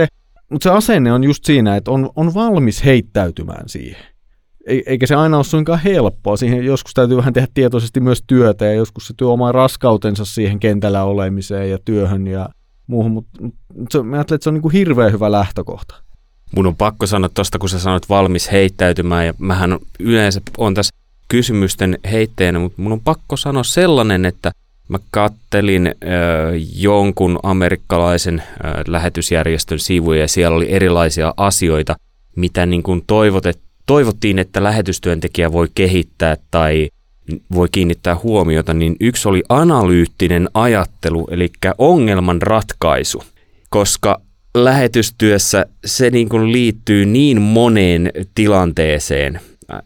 Mutta se asenne on just siinä, että on, on valmis heittäytymään siihen. Eikä se aina ole suinkaan helppoa. Siihen joskus täytyy vähän tehdä tietoisesti myös työtä ja joskus se työ omaa raskautensa siihen kentällä olemiseen ja työhön ja muuhun. Mutta mut mä ajattelen, että se on niin kuin hirveän hyvä lähtökohta. Mun on pakko sanoa tuosta, kun sä sanoit valmis heittäytymään ja mähän yleensä on tässä kysymysten heitteenä, mutta mun on pakko sanoa sellainen, että mä kattelin äh, jonkun amerikkalaisen äh, lähetysjärjestön sivuja ja siellä oli erilaisia asioita, mitä niin kuin toivotet, toivottiin, että lähetystyöntekijä voi kehittää tai voi kiinnittää huomiota, niin yksi oli analyyttinen ajattelu, eli ongelman ratkaisu, koska lähetystyössä se niin kuin liittyy niin moneen tilanteeseen,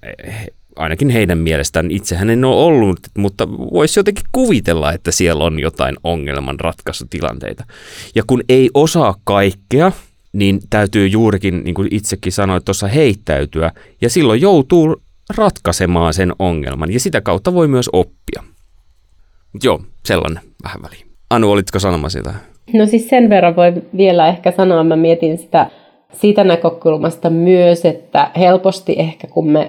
ainakin heidän mielestään. Itsehän en ole ollut, mutta voisi jotenkin kuvitella, että siellä on jotain ongelmanratkaisutilanteita. Ja kun ei osaa kaikkea, niin täytyy juurikin, niin kuin itsekin sanoit tuossa, heittäytyä. Ja silloin joutuu ratkaisemaan sen ongelman. Ja sitä kautta voi myös oppia. Mut joo, sellainen vähän väliin. Anu, olitko sanomassa jotain? No siis sen verran voi vielä ehkä sanoa, mä mietin sitä siitä näkökulmasta myös, että helposti ehkä kun me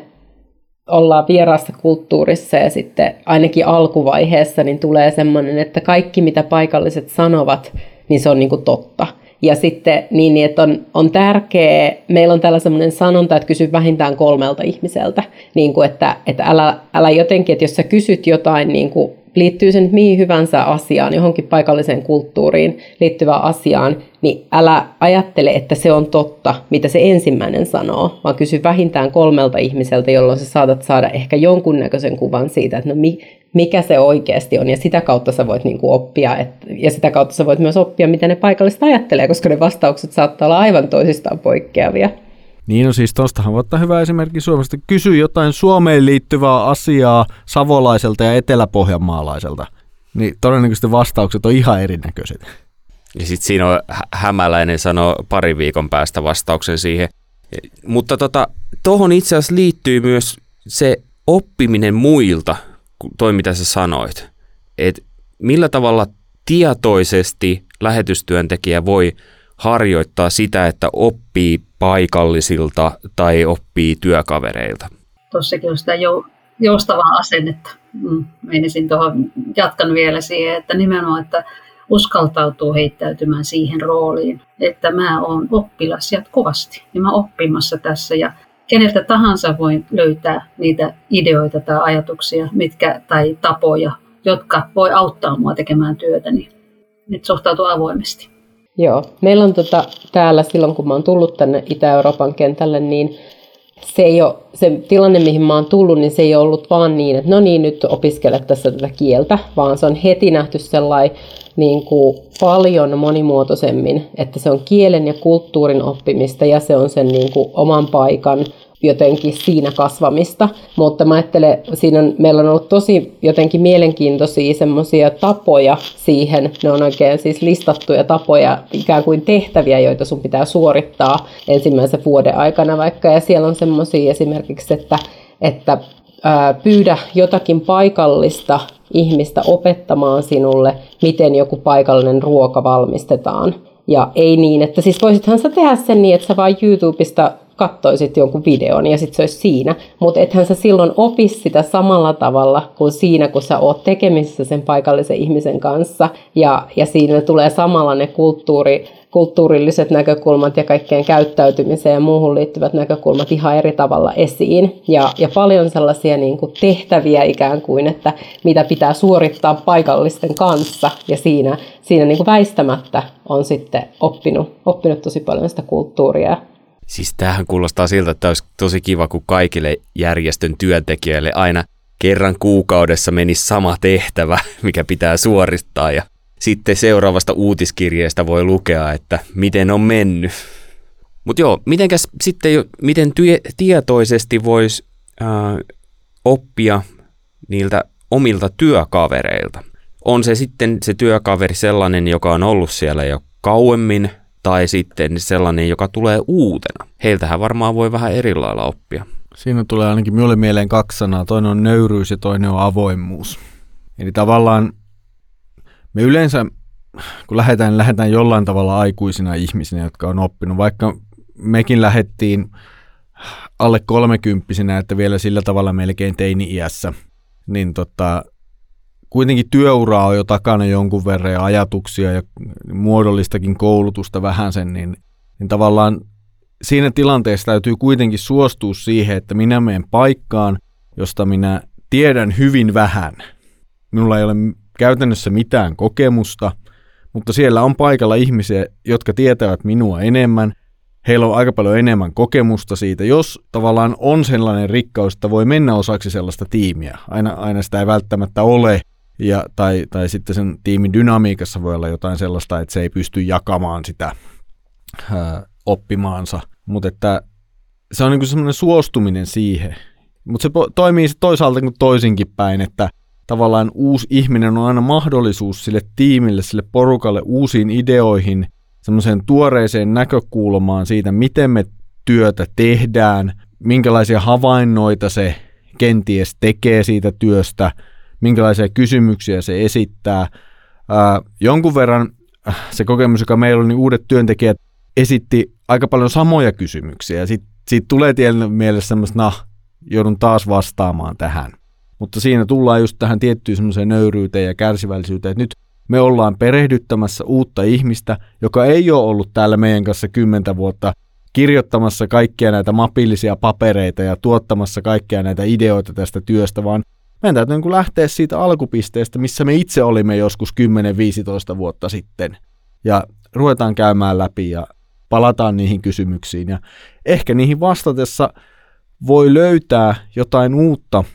ollaan vieraassa kulttuurissa ja sitten ainakin alkuvaiheessa, niin tulee semmoinen, että kaikki mitä paikalliset sanovat, niin se on niin kuin totta. Ja sitten niin, että on, on tärkeää, meillä on tällä semmoinen sanonta, että kysy vähintään kolmelta ihmiseltä, niin kuin että, että älä, älä jotenkin, että jos sä kysyt jotain, niin kuin liittyy se nyt mihin hyvänsä asiaan, johonkin paikalliseen kulttuuriin liittyvään asiaan, niin älä ajattele, että se on totta, mitä se ensimmäinen sanoo, vaan kysy vähintään kolmelta ihmiseltä, jolloin sä saatat saada ehkä jonkunnäköisen kuvan siitä, että no mikä se oikeasti on, ja sitä kautta sä voit niin kuin oppia, et, ja sitä kautta sä voit myös oppia, mitä ne paikalliset ajattelee, koska ne vastaukset saattaa olla aivan toisistaan poikkeavia. Niin, no siis tuostahan voi ottaa hyvä esimerkki Suomesta. Kysy jotain Suomeen liittyvää asiaa savolaiselta ja eteläpohjanmaalaiselta, niin todennäköisesti vastaukset on ihan erinäköiset. Ja sitten siinä on Hämäläinen sanoo pari viikon päästä vastauksen siihen. Mutta tota, tuohon itse asiassa liittyy myös se oppiminen muilta, toi mitä sä sanoit. Et millä tavalla tietoisesti lähetystyöntekijä voi harjoittaa sitä, että oppii paikallisilta tai oppii työkavereilta. Tuossakin on sitä joustavaa asennetta. Mm, menisin tuohon, jatkan vielä siihen, että nimenomaan, että uskaltautuu heittäytymään siihen rooliin, että mä oon oppilas jatkuvasti ja mä oon oppimassa tässä ja keneltä tahansa voi löytää niitä ideoita tai ajatuksia mitkä, tai tapoja, jotka voi auttaa mua tekemään työtä, niin nyt suhtautuu avoimesti. Joo, meillä on tota, täällä silloin, kun mä oon tullut tänne Itä-Euroopan kentälle, niin se, ei ole, se tilanne, mihin mä oon tullut, niin se ei ole ollut vaan niin, että no niin, nyt opiskelet tässä tätä kieltä, vaan se on heti nähty sellainen niin kuin paljon monimuotoisemmin, että se on kielen ja kulttuurin oppimista ja se on sen niin kuin oman paikan jotenkin siinä kasvamista, mutta mä ajattelen, siinä on, meillä on ollut tosi jotenkin mielenkiintoisia semmoisia tapoja siihen, ne on oikein siis listattuja tapoja, ikään kuin tehtäviä, joita sun pitää suorittaa ensimmäisen vuoden aikana vaikka, ja siellä on semmoisia esimerkiksi, että, että ää, pyydä jotakin paikallista ihmistä opettamaan sinulle, miten joku paikallinen ruoka valmistetaan. Ja ei niin, että siis voisithan sä tehdä sen niin, että sä vaan YouTubesta katsoisit jonkun videon ja sitten se olisi siinä, mutta ethän sä silloin opi sitä samalla tavalla kuin siinä, kun sä oot tekemisissä sen paikallisen ihmisen kanssa ja, ja siinä tulee samalla ne kulttuuri, kulttuurilliset näkökulmat ja kaikkeen käyttäytymiseen ja muuhun liittyvät näkökulmat ihan eri tavalla esiin ja, ja paljon sellaisia niin kuin tehtäviä ikään kuin, että mitä pitää suorittaa paikallisten kanssa ja siinä, siinä niin kuin väistämättä on sitten oppinut, oppinut tosi paljon sitä kulttuuria. Siis tämähän kuulostaa siltä, että olisi tosi kiva, kun kaikille järjestön työntekijöille aina kerran kuukaudessa menisi sama tehtävä, mikä pitää suorittaa ja sitten seuraavasta uutiskirjeestä voi lukea, että miten on mennyt. Mutta joo, mitenkäs sitten, miten työ, tietoisesti voisi äh, oppia niiltä omilta työkavereilta? On se sitten se työkaveri sellainen, joka on ollut siellä jo kauemmin, tai sitten sellainen, joka tulee uutena. Heiltähän varmaan voi vähän eri lailla oppia. Siinä tulee ainakin minulle mieleen kaksi sanaa. Toinen on nöyryys ja toinen on avoimuus. Eli tavallaan me yleensä kun lähdetään, niin lähdetään jollain tavalla aikuisina ihmisinä, jotka on oppinut. Vaikka mekin lähdettiin alle kolmekymppisinä, että vielä sillä tavalla melkein teini-iässä, niin tota, kuitenkin työura on jo takana jonkun verran ja ajatuksia ja muodollistakin koulutusta vähän sen, niin, niin tavallaan siinä tilanteessa täytyy kuitenkin suostua siihen, että minä menen paikkaan, josta minä tiedän hyvin vähän. Minulla ei ole käytännössä mitään kokemusta, mutta siellä on paikalla ihmisiä, jotka tietävät minua enemmän. Heillä on aika paljon enemmän kokemusta siitä, jos tavallaan on sellainen rikkaus, että voi mennä osaksi sellaista tiimiä. Aina, aina sitä ei välttämättä ole, ja, tai, tai sitten sen tiimin dynamiikassa voi olla jotain sellaista, että se ei pysty jakamaan sitä ää, oppimaansa. Mutta että se on niin kuin semmoinen suostuminen siihen. Mutta se toimii toisaalta kuin toisinkin päin, että tavallaan uusi ihminen on aina mahdollisuus sille tiimille, sille porukalle uusiin ideoihin, semmoiseen tuoreeseen näkökulmaan siitä, miten me työtä tehdään, minkälaisia havainnoita se kenties tekee siitä työstä, minkälaisia kysymyksiä se esittää. Ää, jonkun verran se kokemus, joka meillä oli, niin uudet työntekijät esitti aika paljon samoja kysymyksiä, ja sit, siitä tulee tietysti mielessä semmoista, nah, joudun taas vastaamaan tähän. Mutta siinä tullaan just tähän tiettyyn semmoiseen nöyryyteen ja kärsivällisyyteen, että nyt me ollaan perehdyttämässä uutta ihmistä, joka ei ole ollut täällä meidän kanssa kymmentä vuotta kirjoittamassa kaikkia näitä mapillisia papereita ja tuottamassa kaikkia näitä ideoita tästä työstä, vaan meidän täytyy niin lähteä siitä alkupisteestä, missä me itse olimme joskus kymmenen viisitoista vuotta sitten. Ja ruvetaan käymään läpi ja palataan niihin kysymyksiin. Ja ehkä niihin vastatessa voi löytää jotain uutta.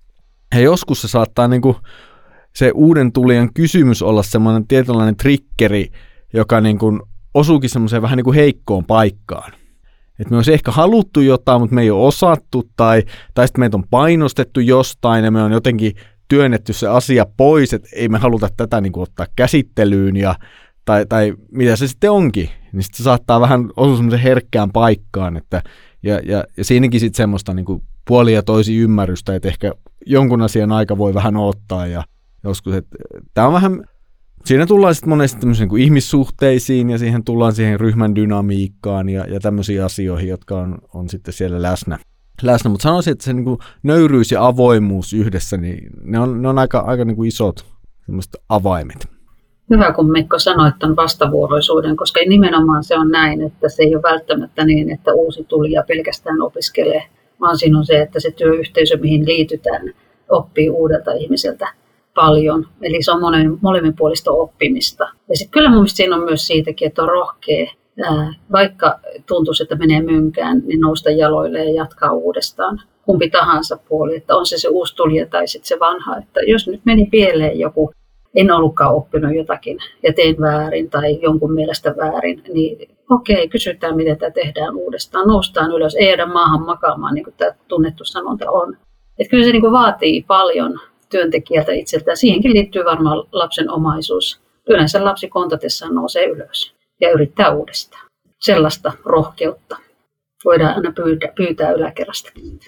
Ja joskus se saattaa niin kuin se uuden tulijan kysymys olla semmoinen tietynlainen triggeri, joka niin kuin osuukin semmoiseen vähän niin kuin heikkoon paikkaan. Että me olisi ehkä haluttu jotain, mutta me ei ole osattu, tai, tai sitten meitä on painostettu jostain, ja me on jotenkin työnnetty se asia pois, että ei me haluta tätä niin kuin ottaa käsittelyyn, ja, tai, tai mitä se sitten onkin. Niin sitten se saattaa vähän osua semmoisen herkkään paikkaan, että, ja, ja, ja siinäkin sitten semmoista niin kuin puoli ja toisi ymmärrystä, että ehkä jonkun asian aika voi vähän odottaa, ja joskus, että tämä on vähän, siinä tullaan sitten monesti tämmöisiin kuin ihmissuhteisiin ja siihen tullaan siihen ryhmän dynamiikkaan ja, ja tämmöisiin asioihin, jotka on, on sitten siellä läsnä. läsnä. Mutta sanoisin, että se niin kuin nöyryys ja avoimuus yhdessä, niin ne on, ne on aika, aika niin kuin isot semmoiset avaimet. Hyvä, kun Mikko sanoi tuon vastavuoroisuuden, koska nimenomaan se on näin, että se ei ole välttämättä niin, että uusi tulija pelkästään opiskelee, vaan siinä on se, että se työyhteisö, mihin liitytään, oppii uudelta ihmiseltä paljon. Eli se on monen, molemminpuolista oppimista. Ja sitten kyllä mun mielestä siinä on myös siitäkin, että on rohkea, ää, vaikka tuntuisi, että menee mynkään, niin nousta jaloille ja jatkaa uudestaan. Kumpi tahansa puoli, että on se se uusi tulija tai sitten se vanha. Että jos nyt meni pieleen joku, en ollutkaan oppinut jotakin ja tein väärin tai jonkun mielestä väärin, niin okei, kysytään, miten tämä tehdään uudestaan. Noustaan ylös, ei jäädä maahan makaamaan, niin kuin tämä tunnettu sanonta on. Että kyllä se niin kuin vaatii paljon työntekijältä itseltään. Siihenkin liittyy varmaan lapsen omaisuus. Yleensä lapsi kontatessaan nousee ylös ja yrittää uudestaan. Sellaista rohkeutta voidaan aina pyytää, pyytää yläkerrasta.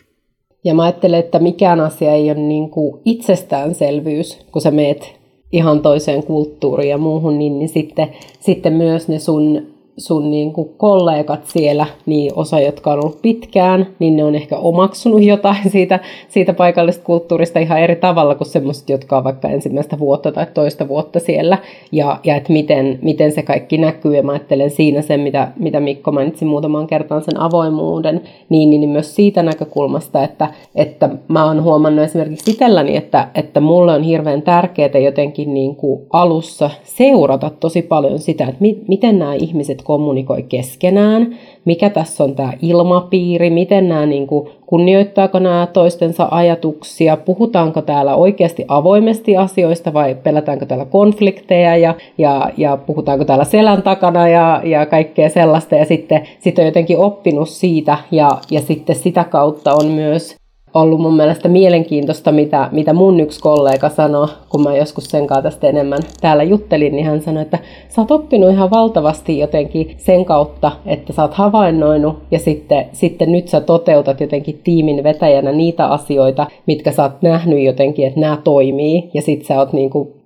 Ja mä ajattelen, että mikään asia ei ole niin kuin itsestäänselvyys, kun sä meet ihan toiseen kulttuuriin ja muuhun, niin, niin sitten, sitten myös ne sun, sun niin kuin kollegat siellä, niin osa, jotka on ollut pitkään, niin ne on ehkä omaksunut jotain siitä, siitä paikallisesta kulttuurista ihan eri tavalla kuin semmoiset, jotka on vaikka ensimmäistä vuotta tai toista vuotta siellä. Ja, ja että miten, miten se kaikki näkyy, ja mä ajattelen siinä sen, mitä, mitä Mikko mainitsi muutamaan kertaan, sen avoimuuden, niin, niin myös siitä näkökulmasta, että, että mä oon huomannut esimerkiksi itselläni, että, että mulle on hirveän tärkeää jotenkin niin kuin alussa seurata tosi paljon sitä, että mi, miten nämä ihmiset kommunikoi keskenään, mikä tässä on tämä ilmapiiri, miten nämä, niin kuin, kunnioittaako nämä toistensa ajatuksia, puhutaanko täällä oikeasti avoimesti asioista vai pelätäänkö täällä konflikteja ja, ja, ja puhutaanko täällä selän takana ja, ja kaikkea sellaista. Ja sitten, sitten on jotenkin oppinut siitä ja, ja sitten sitä kautta on myös ollut mun mielestä mielenkiintoista, mitä, mitä mun yksi kollega sanoi, kun mä joskus sen kanssa tästä enemmän täällä juttelin, niin hän sanoi, että sä oot oppinut ihan valtavasti jotenkin sen kautta, että sä oot havainnoinut ja sitten, sitten nyt sä toteutat jotenkin tiimin vetäjänä niitä asioita, mitkä sä oot nähnyt jotenkin, että nämä toimii ja sit sä oot niin kuin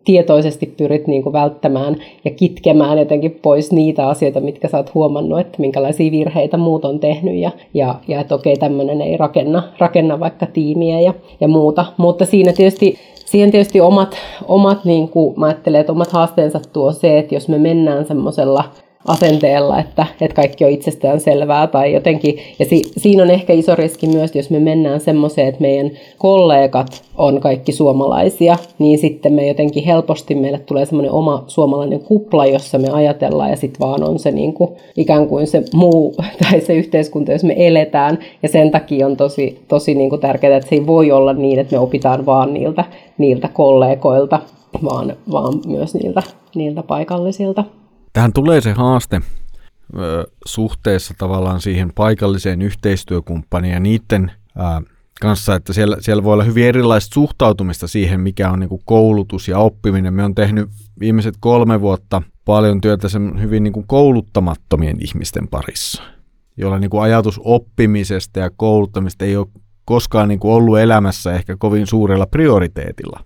tietoisesti pyrit niin kuin välttämään ja kitkemään jotenkin pois niitä asioita, mitkä sä oot huomannut, että minkälaisia virheitä muut on tehnyt ja, ja, ja että okei, tämmöinen ei rakenna, rakenna vaikka tiimiä ja, ja muuta. Mutta siinä tietysti, siihen tietysti omat, omat niin kuin, mä ajattelen, että omat haasteensa tuo se, että jos me mennään semmoisella asenteella, että, että kaikki on itsestään selvää tai jotenkin, ja si, siinä on ehkä iso riski myös, jos me mennään semmoiseen, että meidän kollegat on kaikki suomalaisia, niin sitten me jotenkin helposti meille tulee semmoinen oma suomalainen kupla, jossa me ajatellaan ja sitten vaan on se niin kuin, ikään kuin se muu tai se yhteiskunta, jos me eletään, ja sen takia on tosi, tosi niin kuin tärkeää, että se ei voi olla niin, että me opitaan vaan niiltä, niiltä kollegoilta, vaan, vaan myös niiltä, niiltä paikallisilta. Tähän tulee se haaste ö, suhteessa tavallaan siihen paikalliseen yhteistyökumppaniin ja niiden ö, kanssa, että siellä, siellä voi olla hyvin erilaista suhtautumista siihen, mikä on niin kuin koulutus ja oppiminen. Me on tehnyt viimeiset kolme vuotta paljon työtä sen hyvin niin kuin kouluttamattomien ihmisten parissa, joilla niin kuin ajatus oppimisesta ja kouluttamista ei ole koskaan niin kuin ollut elämässä ehkä kovin suurella prioriteetilla.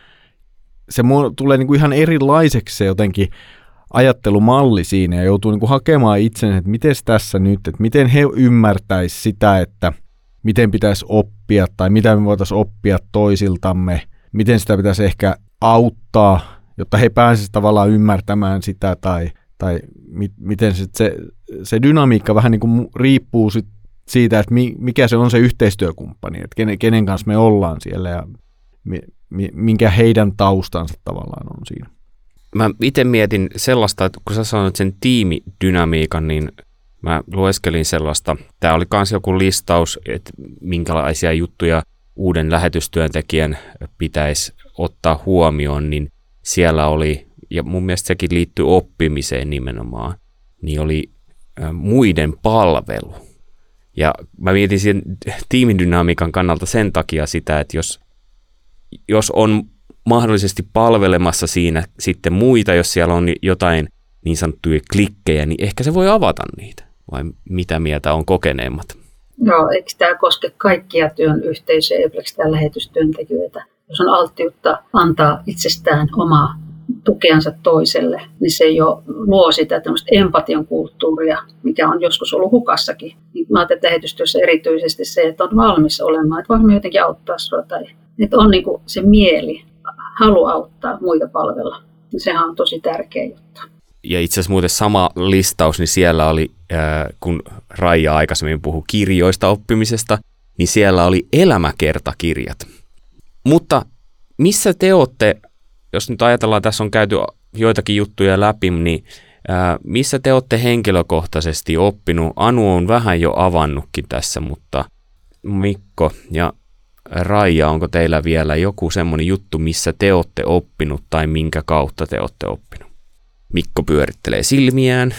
Se tulee niin kuin ihan erilaiseksi se jotenkin ajattelumalli siinä ja joutuu niin kuin hakemaan itsensä, että miten tässä nyt, että miten he ymmärtäisivät sitä, että miten pitäisi oppia tai mitä me voitaisiin oppia toisiltamme, miten sitä pitäisi ehkä auttaa, jotta he pääsisivät tavallaan ymmärtämään sitä tai, tai mi, miten se, se, se dynamiikka vähän niin kuin riippuu sit siitä, että mikä se on se yhteistyökumppani, että kenen, kenen kanssa me ollaan siellä ja mi, mi, minkä heidän taustansa tavallaan on siinä. Mä itse mietin sellaista, että kun sä sanoit sen tiimidynamiikan, niin mä lueskelin sellaista. Tämä oli myös joku listaus, että minkälaisia juttuja uuden lähetystyöntekijän pitäisi ottaa huomioon, niin siellä oli, ja mun mielestä sekin liittyy oppimiseen nimenomaan, niin oli muiden palvelu. Ja mä mietin sen tiimidynamiikan kannalta sen takia sitä, että jos, jos on mahdollisesti palvelemassa siinä sitten muita, jos siellä on jotain niin sanottuja klikkejä, niin ehkä se voi avata niitä. Vai mitä mieltä on kokeneemmat? Joo, eikö tämä koske kaikkia työn yhteisöjä, ei pelkästään lähetystyöntekijöitä? Jos on alttiutta antaa itsestään omaa tukeansa toiselle, niin se jo luo sitä tämmöistä empatian kulttuuria, mikä on joskus ollut hukassakin. Mä ajattelen, että lähetystyössä erityisesti se, että on valmis olemaan, että voimme jotenkin auttaa sinua, tai että on niin kuin se mieli, halu auttaa muita palvella. Sehän on tosi tärkeä juttu. Ja itse asiassa muuten sama listaus, niin siellä oli, äh, kun Raija aikaisemmin puhui kirjoista oppimisesta, niin siellä oli elämäkertakirjat. Mutta missä te olette, jos nyt ajatellaan, tässä on käyty joitakin juttuja läpi, niin äh, missä te olette henkilökohtaisesti oppinut? Anu on vähän jo avannutkin tässä, mutta Mikko ja Raija, onko teillä vielä joku semmoinen juttu, missä te olette oppinut tai minkä kautta te olette oppinut? Mikko pyörittelee silmiään.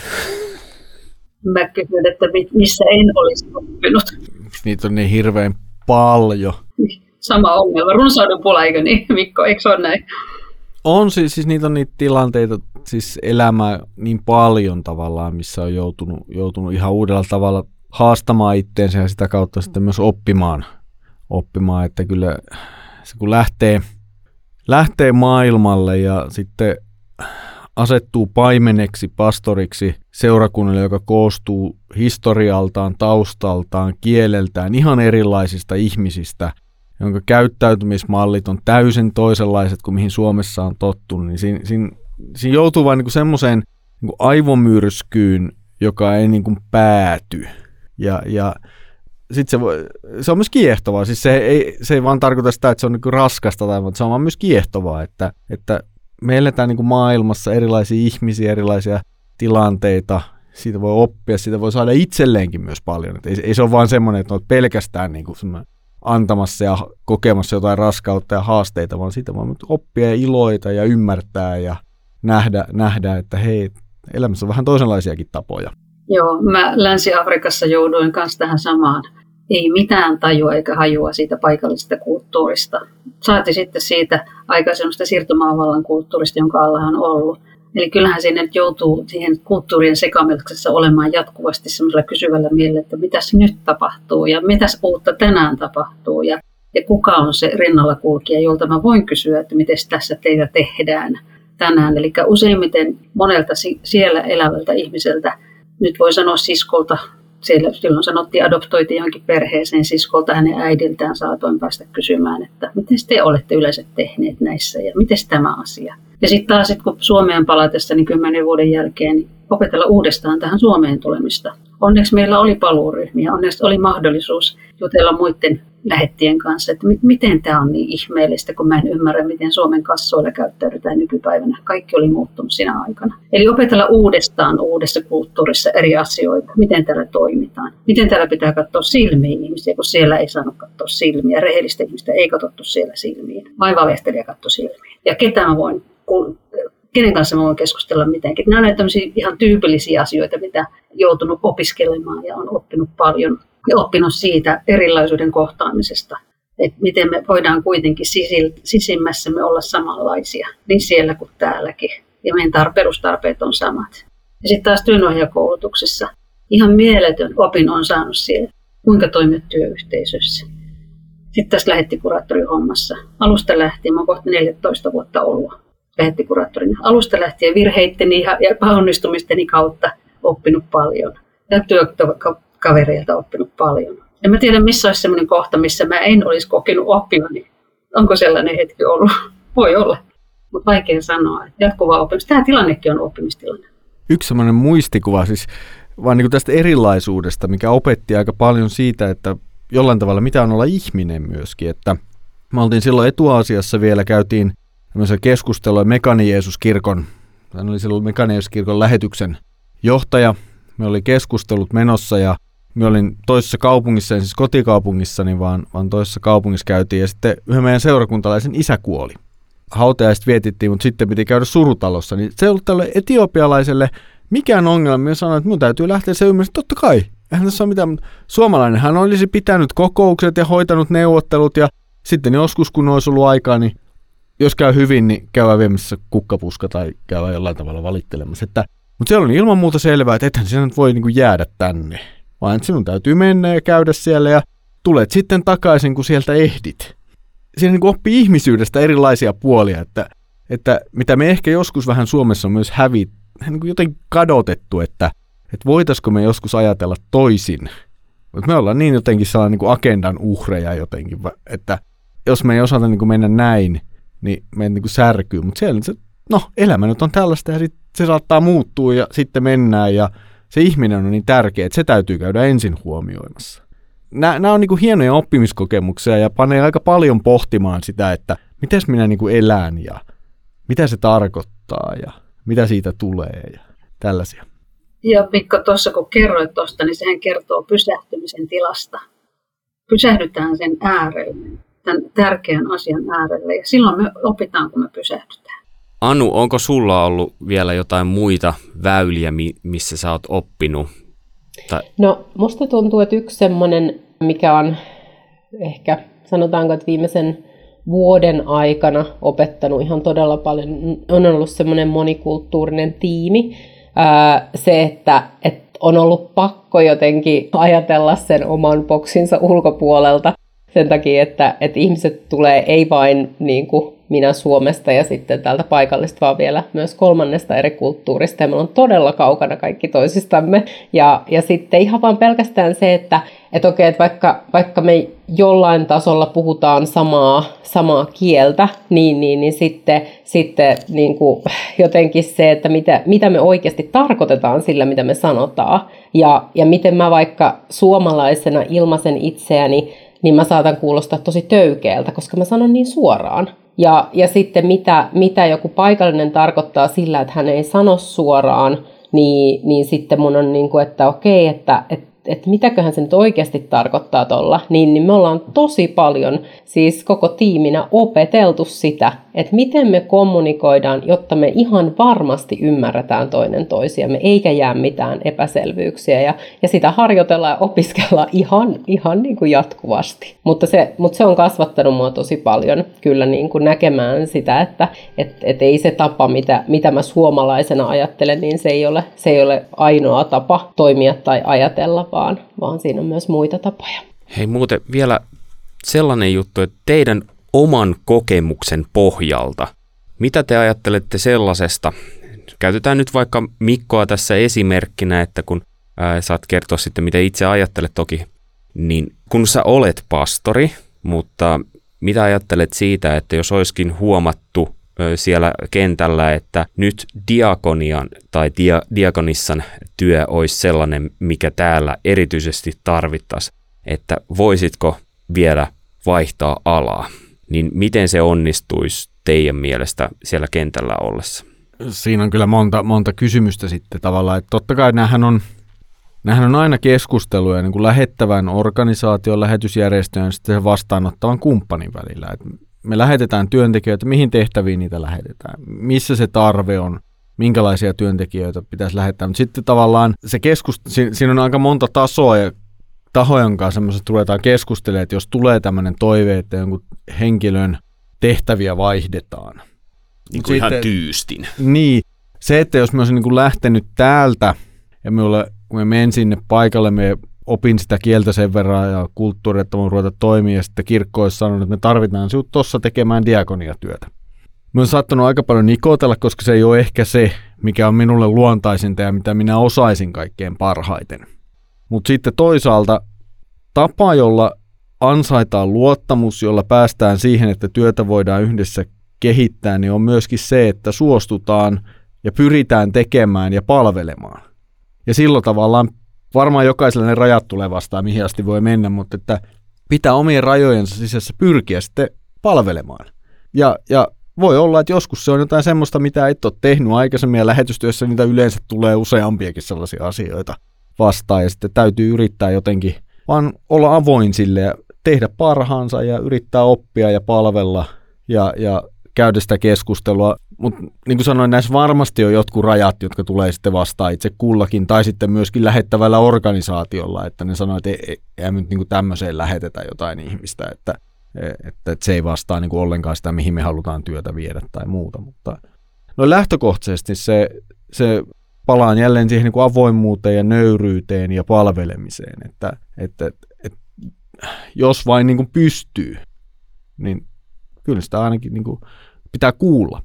Mä kysyn, että missä en olisi oppinut. Niitä on niin hirveän paljon. Sama ongelma, runsauden pula, eikö niin? Mikko, eikö ole näin? On siis, siis niitä on niitä tilanteita, siis elämää niin paljon tavallaan, missä on joutunut, joutunut ihan uudella tavalla haastamaan itteensä ja sitä kautta sitten myös oppimaan. oppimaan, että kyllä se kun lähtee, lähtee maailmalle ja sitten asettuu paimeneksi, pastoriksi seurakunnalle, joka koostuu historialtaan, taustaltaan, kieleltään, ihan erilaisista ihmisistä, jonka käyttäytymismallit on täysin toisenlaiset kuin mihin Suomessa on tottunut, niin siinä, siinä, siinä joutuu vain niin kuin semmoiseen niin kuin aivomyrskyyn, joka ei niin kuin pääty. Ja, ja sitten se, voi, se on myös kiehtovaa. Siis se, ei, se ei vaan tarkoita sitä, että se on niin kuin raskasta, tai, mutta se on vaan myös kiehtovaa, että, että me eletään niin kuin maailmassa erilaisia ihmisiä, erilaisia tilanteita. Siitä voi oppia, siitä voi saada itselleenkin myös paljon. Että ei, ei se ole vaan semmoinen, että olet pelkästään niin kuin antamassa ja kokemassa jotain raskautta ja haasteita, vaan siitä voi oppia ja iloita ja ymmärtää ja nähdä, nähdä että hei, elämässä on vähän toisenlaisiakin tapoja. Joo, mä Länsi-Afrikassa jouduin kanssa tähän samaan. Ei mitään tajua eikä hajua siitä paikallisesta kulttuurista. Saati sitten siitä aikaisemmasta siirtomaavallan kulttuurista, jonka alla on ollut. Eli kyllähän siinä nyt joutuu siihen kulttuurien sekamelluksessa olemaan jatkuvasti semmoisella kysyvällä mielellä, että mitäs nyt tapahtuu ja mitäs uutta tänään tapahtuu. Ja Ja kuka on se rinnalla kulkija, jolta mä voin kysyä, että miten tässä teitä tehdään tänään. Eli useimmiten monelta siellä elävältä ihmiseltä, nyt voi sanoa siskolta, siellä silloin sanottiin adoptoitiin johonkin perheeseen siskolta hänen äidiltään, saatoin päästä kysymään, että miten te olette yleensä tehneet näissä ja miten tämä asia. Ja sitten taas, sit kun Suomeen palatessa niin kymmenen vuoden jälkeen niin opetella uudestaan tähän Suomeen tulemista. Onneksi meillä oli paluuryhmiä, onneksi oli mahdollisuus jutella muiden lähettien kanssa, että m- miten tämä on niin ihmeellistä, kun mä en ymmärrä, miten Suomen kassoilla käyttäydytään nykypäivänä. Kaikki oli muuttunut sinä aikana. Eli opetella uudestaan uudessa kulttuurissa eri asioita, miten täällä toimitaan. Miten täällä pitää katsoa silmiin ihmisiä, kun siellä ei saanut katsoa silmiä. Rehellistä ihmistä ei katsottu siellä silmiin, vain valehtelija katsoi silmiin. Ja ketä mä voin, kenen kanssa mä voin keskustella mitenkin. Nämä ovat tämmöisiä ihan tyypillisiä asioita, mitä joutunut opiskelemaan ja on oppinut paljon. Ja oppinut siitä erilaisuuden kohtaamisesta, että miten me voidaan kuitenkin sisimmässämme olla samanlaisia, niin siellä kuin täälläkin. Ja meidän tar- perustarpeet on samat. Ja sitten taas työnohjaajakoulutuksessa ihan mieletön opin on saanut siellä, kuinka toimia työyhteisössä. Sitten tässä lähettikuraattorin hommassa. Alusta lähtien, mä oon kohta neljätoista vuotta ollut lähettikuraattorina. Alusta lähtien virheitteni ja epäonnistumisteni kautta oppinut paljon. Ja työkavereilta oppinut paljon. En mä tiedä, missä olisi sellainen kohta, missä mä en olisi kokenut oppivani. Onko sellainen hetki ollut? Voi olla. Mutta vaikea sanoa. Jatkuvaa oppimista. Tämä tilannekin on oppimistilanne. Yksi sellainen muistikuva siis vaan niin kuin tästä erilaisuudesta, mikä opetti aika paljon siitä, että jollain tavalla mitä on olla ihminen myöskin. Että me oltiin silloin Etuasiassa vielä, käytiin keskustelua Mekani-Jeesus-kirkon, hän oli silloin Mekani-Jeesus-kirkon lähetyksen johtaja. Me oli keskustelut menossa ja me olin toisessa kaupungissa, en siis kotikaupungissani, vaan, vaan toisessa kaupungissa käytiin. Ja sitten yhden meidän seurakuntalaisen isä kuoli. Hautajaiset vietittiin, mutta sitten piti käydä surutalossa. Niin se ei ollut tälle etiopialaiselle mikään ongelma. Minä sanoin, että minun täytyy lähteä se ymmärtämään, totta kai. Eihän tässä ole mitään, mutta suomalainen hän olisi pitänyt kokoukset ja hoitanut neuvottelut. Ja sitten joskus, kun olisi ollut aikaa, niin jos käy hyvin, niin käydään viemässä kukkapuska tai käydään jollain tavalla valittelemassa. Että mutta siellä on ilman muuta selvää, että ethän sinä nyt voi niinku jäädä tänne, vaan sinun täytyy mennä ja käydä siellä ja tulet sitten takaisin, kun sieltä ehdit. Siinä niinku oppii ihmisyydestä erilaisia puolia, että, että mitä me ehkä joskus vähän Suomessa on myös hävit, niinku jotenkin kadotettu, että, että voitaisiko me joskus ajatella toisin. Mutta me ollaan niin jotenkin sellainen niinku agendan uhreja jotenkin, että jos me ei osata niinku mennä näin, niin meidän niinku särkyy. Mutta siellä se, no elämä nyt on tällaista ja sitten se saattaa muuttua ja sitten mennään ja se ihminen on niin tärkeä, että se täytyy käydä ensin huomioimassa. Nämä, nämä on niin kuin hienoja oppimiskokemuksia ja panee aika paljon pohtimaan sitä, että miten minä niin kuin elän ja mitä se tarkoittaa ja mitä siitä tulee ja tällaisia. Ja Mikko, tuossa kun kerroit tuosta, niin sehän kertoo pysähtymisen tilasta. Pysähdytään sen äärelle, tämän tärkeän asian äärelle ja silloin me opitaan, kun me pysähdytään. Anu, onko sulla ollut vielä jotain muita väyliä, missä sä oot oppinut? Tai... No, musta tuntuu, että yksi semmoinen, mikä on ehkä, sanotaanko, että viimeisen vuoden aikana opettanut ihan todella paljon, on ollut semmoinen monikulttuurinen tiimi. Se, että, että on ollut pakko jotenkin ajatella sen oman boksinsa ulkopuolelta sen takia, että, että ihmiset tulee ei vain niin kuin minä Suomesta ja sitten täältä paikallista, vaan vielä myös kolmannesta eri kulttuurista. Ja me on todella kaukana kaikki toisistamme. Ja, ja sitten ihan vaan pelkästään se, että, että okei, että vaikka, vaikka me jollain tasolla puhutaan samaa, samaa kieltä, niin, niin, niin sitten, sitten niin kuin jotenkin se, että mitä, mitä me oikeasti tarkoitetaan sillä, mitä me sanotaan. Ja, ja miten mä vaikka suomalaisena ilmaisen itseäni, niin mä saatan kuulostaa tosi töykeältä, koska mä sanon niin suoraan. Ja, ja sitten mitä, mitä joku paikallinen tarkoittaa sillä, että hän ei sano suoraan, niin, niin sitten mun on niin kuin, että okei, että, että, että mitäköhän se nyt oikeasti tarkoittaa tuolla. Niin, niin me ollaan tosi paljon, siis koko tiiminä opeteltu sitä, että miten me kommunikoidaan, jotta me ihan varmasti ymmärretään toinen toisiamme, eikä jää mitään epäselvyyksiä. Ja, ja sitä harjoitellaan ja opiskellaan ihan, ihan niin kuin jatkuvasti. Mutta se, mutta se on kasvattanut mua tosi paljon kyllä niin kuin näkemään sitä, että et, et ei se tapa, mitä, mitä mä suomalaisena ajattelen, niin se ei ole, se ei ole ainoa tapa toimia tai ajatella, vaan, vaan siinä on myös muita tapoja. Hei, muuten vielä sellainen juttu, että teidän oman kokemuksen pohjalta, mitä te ajattelette sellaisesta? Käytetään nyt vaikka Mikkoa tässä esimerkkinä, että kun ää, saat kertoa sitten, mitä itse ajattelet toki, niin kun sä olet pastori, mutta mitä ajattelet siitä, että jos olisikin huomattu ö, siellä kentällä, että nyt diakonian tai dia, diakonissan työ olisi sellainen, mikä täällä erityisesti tarvittaisiin, että voisitko vielä vaihtaa alaa, niin miten se onnistuisi teidän mielestä siellä kentällä ollessa? Siinä on kyllä monta, monta kysymystä sitten tavallaan, että totta kai näähän on, näähän on aina keskusteluja niin kuin lähettävän organisaation, lähetysjärjestöjen ja sitten sen vastaanottavan kumppanin välillä. Et me lähetetään työntekijöitä, mihin tehtäviin niitä lähetetään, missä se tarve on, minkälaisia työntekijöitä pitäisi lähettää. Mutta sitten tavallaan se keskustelu, siinä on aika monta tasoa ja tahojen kanssa semmoisesta ruvetaan keskustelemaan, että jos tulee tämmöinen toive, että jonkun henkilön tehtäviä vaihdetaan. Niin kuin ihan tyystin. Niin. Se, että jos mä olisin niin kuin lähtenyt täältä ja minulle, kun mä menen sinne paikalle, me opin sitä kieltä sen verran ja kulttuuria, että voin ruveta toimia ja sitten kirkko olisi sanonut, että me tarvitaan sinut tuossa tekemään diakoniatyötä. Mä oon saattanut aika paljon nikotella, koska se ei ole ehkä se, mikä on minulle luontaisinta ja mitä minä osaisin kaikkein parhaiten. Mutta sitten toisaalta tapa, jolla ansaitaan luottamus, jolla päästään siihen, että työtä voidaan yhdessä kehittää, niin on myöskin se, että suostutaan ja pyritään tekemään ja palvelemaan. Ja silloin tavallaan varmaan jokaiselle ne rajat tulee vastaan, mihin asti voi mennä, mutta että pitää omien rajojensa sisässä pyrkiä sitten palvelemaan. Ja, ja voi olla, että joskus se on jotain semmoista, mitä et ole tehnyt aikaisemmin, ja lähetystyössä niitä yleensä tulee useampiakin sellaisia asioita vastaan, ja sitten täytyy yrittää jotenkin vaan olla avoin sille ja tehdä parhaansa ja yrittää oppia ja palvella ja, ja käydä sitä keskustelua. Mutta niin kuin sanoin, näissä varmasti on jotkut rajat, jotka tulee sitten vastaan itse kullakin, tai sitten myöskin lähettävällä organisaatiolla, että ne sanoo, että ei, ei, ei nyt niin kuin tämmöiseen lähetetä jotain ihmistä, että, että, että se ei vastaa niin kuin ollenkaan sitä, mihin me halutaan työtä viedä tai muuta. Mutta no lähtökohtaisesti se, se palaan jälleen siihen niin kuin avoimuuteen ja nöyryyteen ja palvelemiseen, että, että, että, että jos vain niin kuin pystyy, niin kyllä sitä ainakin niin kuin pitää kuulla.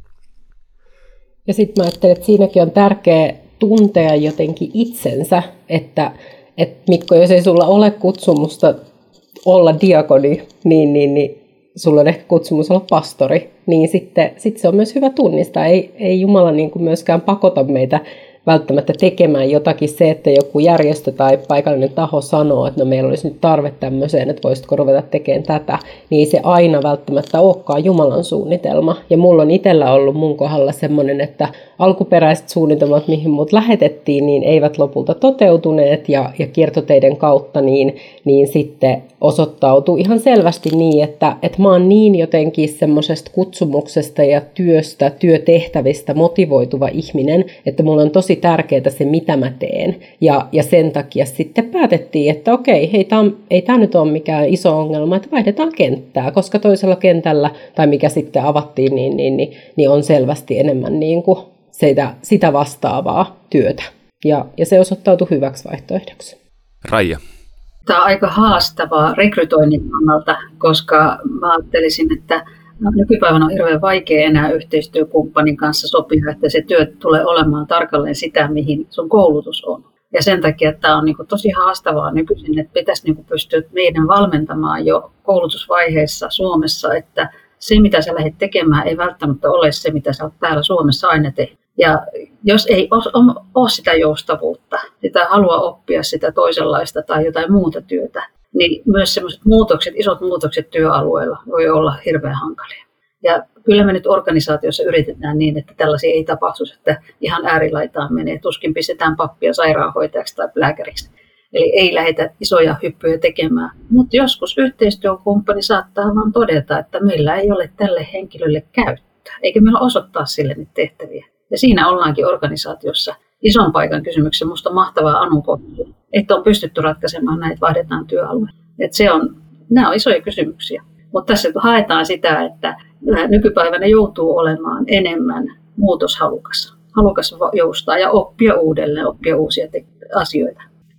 Ja sitten mä ajattelen, että siinäkin on tärkeää tuntea jotenkin itsensä, että, että Mikko, jos ei sulla ole kutsumusta olla diakoni, niin, niin, niin sulla on ehkä kutsumus olla pastori, niin sitten sit se on myös hyvä tunnistaa. Ei, ei Jumala niin kuin myöskään pakota meitä välttämättä tekemään jotakin. Se, että joku järjestö tai paikallinen taho sanoo, että no meillä olisi nyt tarve tämmöiseen, että voisitko ruveta tekemään tätä, niin ei se aina välttämättä olekaan Jumalan suunnitelma. Ja mulla on itsellä ollut mun kohdalla semmoinen, että alkuperäiset suunnitelmat, mihin mut lähetettiin, niin eivät lopulta toteutuneet ja, ja kiertoteiden kautta niin, niin sitten osoittautui ihan selvästi niin, että, että mä oon niin jotenkin semmoisesta kutsumuksesta ja työstä, työtehtävistä motivoituva ihminen, että mulla on tosi tärkeää se, mitä mä teen. Ja, ja sen takia sitten päätettiin, että okei, hei, tää on, ei tämä nyt ole mikään iso ongelma, että vaihdetaan kenttää, koska toisella kentällä, tai mikä sitten avattiin, niin, niin, niin, niin on selvästi enemmän niin kuin sitä, sitä vastaavaa työtä. Ja, ja se osoittautui hyväksi vaihtoehdoksi. Raija. Tämä on aika haastavaa rekrytoinnin kannalta, koska mä ajattelisin, että nykypäivänä on hirveän vaikea enää yhteistyökumppanin kanssa sopia, että se työ tulee olemaan tarkalleen sitä, mihin sun koulutus on. Ja sen takia että tämä on niin kuin tosi haastavaa nykyisin, että pitäisi niin kuin pystyä meidän valmentamaan jo koulutusvaiheessa Suomessa, että se, mitä sä lähdet tekemään, ei välttämättä ole se, mitä sä oot täällä Suomessa aina tehnyt. Ja jos ei ole, ole sitä joustavuutta, sitä halua oppia sitä toisenlaista tai jotain muuta työtä, niin myös sellaiset muutokset, isot muutokset työalueella voi olla hirveän hankalia. Ja kyllä me nyt organisaatiossa yritetään niin, että tällaisia ei tapahtuisi, että ihan äärilaitaan menee, tuskin pistetään pappia sairaanhoitajaksi tai lääkäriksi. Eli ei lähdetä isoja hyppyjä tekemään. Mutta joskus yhteistyökumppani saattaa vaan todeta, että meillä ei ole tälle henkilölle käyttöä, eikä meillä osoittaa sille niitä tehtäviä. Ja siinä ollaankin organisaatiossa ison paikan kysymyksen. Minusta mahtavaa anukohtia, että on pystytty ratkaisemaan näitä, vaihdetaan työalueita. Että se on, nämä on isoja kysymyksiä. Mutta tässä haetaan sitä, että nykypäivänä joutuu olemaan enemmän muutoshalukas. Halukas joustaa ja oppia uudelleen, oppia uusia te- asioita.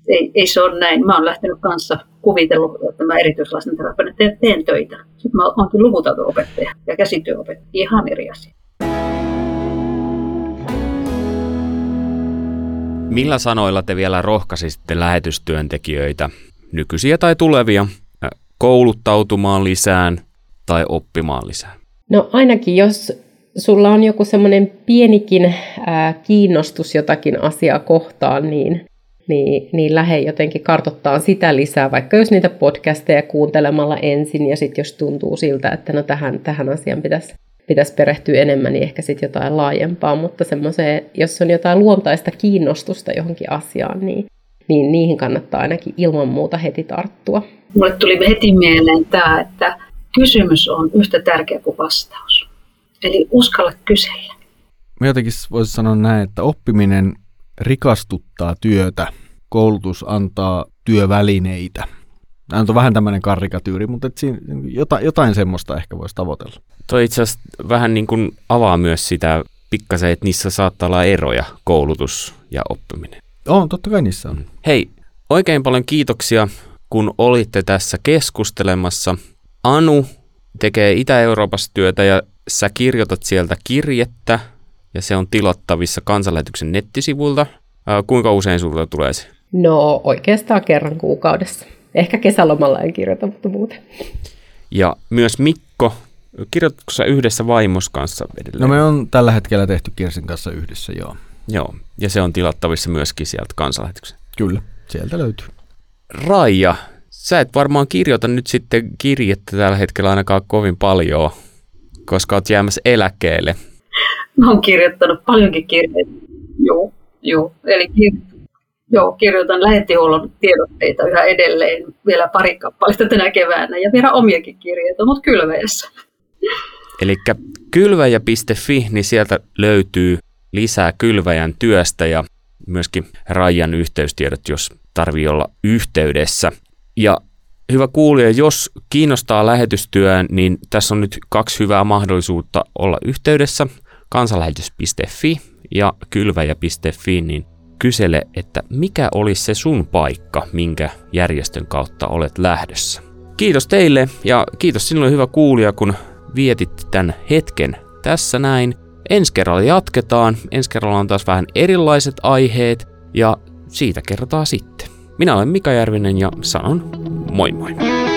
ei, ei se ole näin. Mä oon lähtenyt kanssa kuvitellut, että mä erityislastenterapeuttina teen, teen töitä. Sitten mä oonkin lukutaito-opettaja ja käsityöopettaja. Ihan eri asia. Millä sanoilla te vielä rohkaisitte lähetystyöntekijöitä, nykyisiä tai tulevia, kouluttautumaan lisään tai oppimaan lisää? No ainakin jos sulla on joku semmoinen pienikin ää, kiinnostus jotakin asiaa kohtaan, niin, niin, niin lähde jotenkin kartoittaa sitä lisää, vaikka jos niitä podcasteja kuuntelemalla ensin ja sitten jos tuntuu siltä, että no tähän, tähän asiaan pitäisi, pitäisi perehtyä enemmän, niin ehkä sitten jotain laajempaa, mutta semmoiseen, jos on jotain luontaista kiinnostusta johonkin asiaan, niin, niin niihin kannattaa ainakin ilman muuta heti tarttua. Mulle tuli heti mieleen tämä, että kysymys on yhtä tärkeä kuin vastaus. Eli uskalla kysellä. Mä jotenkin voisin sanoa näin, että oppiminen rikastuttaa työtä, koulutus antaa työvälineitä. Tämä on vähän tämmöinen karikatyyri, mutta et siinä, jotain, jotain semmoista ehkä voisi tavoitella. Toi itse asiassa vähän niin kuin avaa myös sitä pikkasen, että niissä saattaa olla eroja, koulutus ja oppiminen. On, totta kai niissä on. Hei, oikein paljon kiitoksia, kun olitte tässä keskustelemassa. Anu tekee Itä-Euroopassa työtä ja sä kirjoitat sieltä kirjettä ja se on tilattavissa Kansanlähetyksen nettisivuilta. Ää, kuinka usein sulta tulee se? No oikeastaan kerran kuukaudessa. Ehkä kesälomalla en kirjoita, mutta muuten. Ja myös Mikko, kirjoitatko sä yhdessä vaimos kanssa edelleen? No me on tällä hetkellä tehty Kirsin kanssa yhdessä, joo. Joo, ja se on tilattavissa myöskin sieltä Kansanlähetyksen. Kyllä, sieltä löytyy. Raija, sä et varmaan kirjoita nyt sitten kirjettä tällä hetkellä ainakaan kovin paljon, koska oot jäämässä eläkkeelle. Mä oon kirjoittanut paljonkin kirjeitä. Joo, joo. Eli kir- joo, kirjoitan lähettihuollon tiedotteita yhä edelleen, vielä pari kappaletta tänä keväänä ja vielä omiakin kirjeitä, mutta kylväjässä. Eli kylväjä piste fi, niin sieltä löytyy lisää kylväjän työstä ja myöskin Raijan yhteystiedot, jos tarvii olla yhteydessä. Ja hyvä kuulija, jos kiinnostaa lähetystyö, niin tässä on nyt kaksi hyvää mahdollisuutta olla yhteydessä. Kansanlähetys piste fi ja kylväjä piste fi, niin kysele, että mikä olisi se sun paikka, minkä järjestön kautta olet lähdössä. Kiitos teille ja kiitos sinulle hyvä kuulija, kun vietit tämän hetken tässä näin. Ensi kerralla jatketaan. Ensi kerralla on taas vähän erilaiset aiheet ja siitä kerrotaan sitten. Minä olen Mika Järvinen ja sanon moi moi.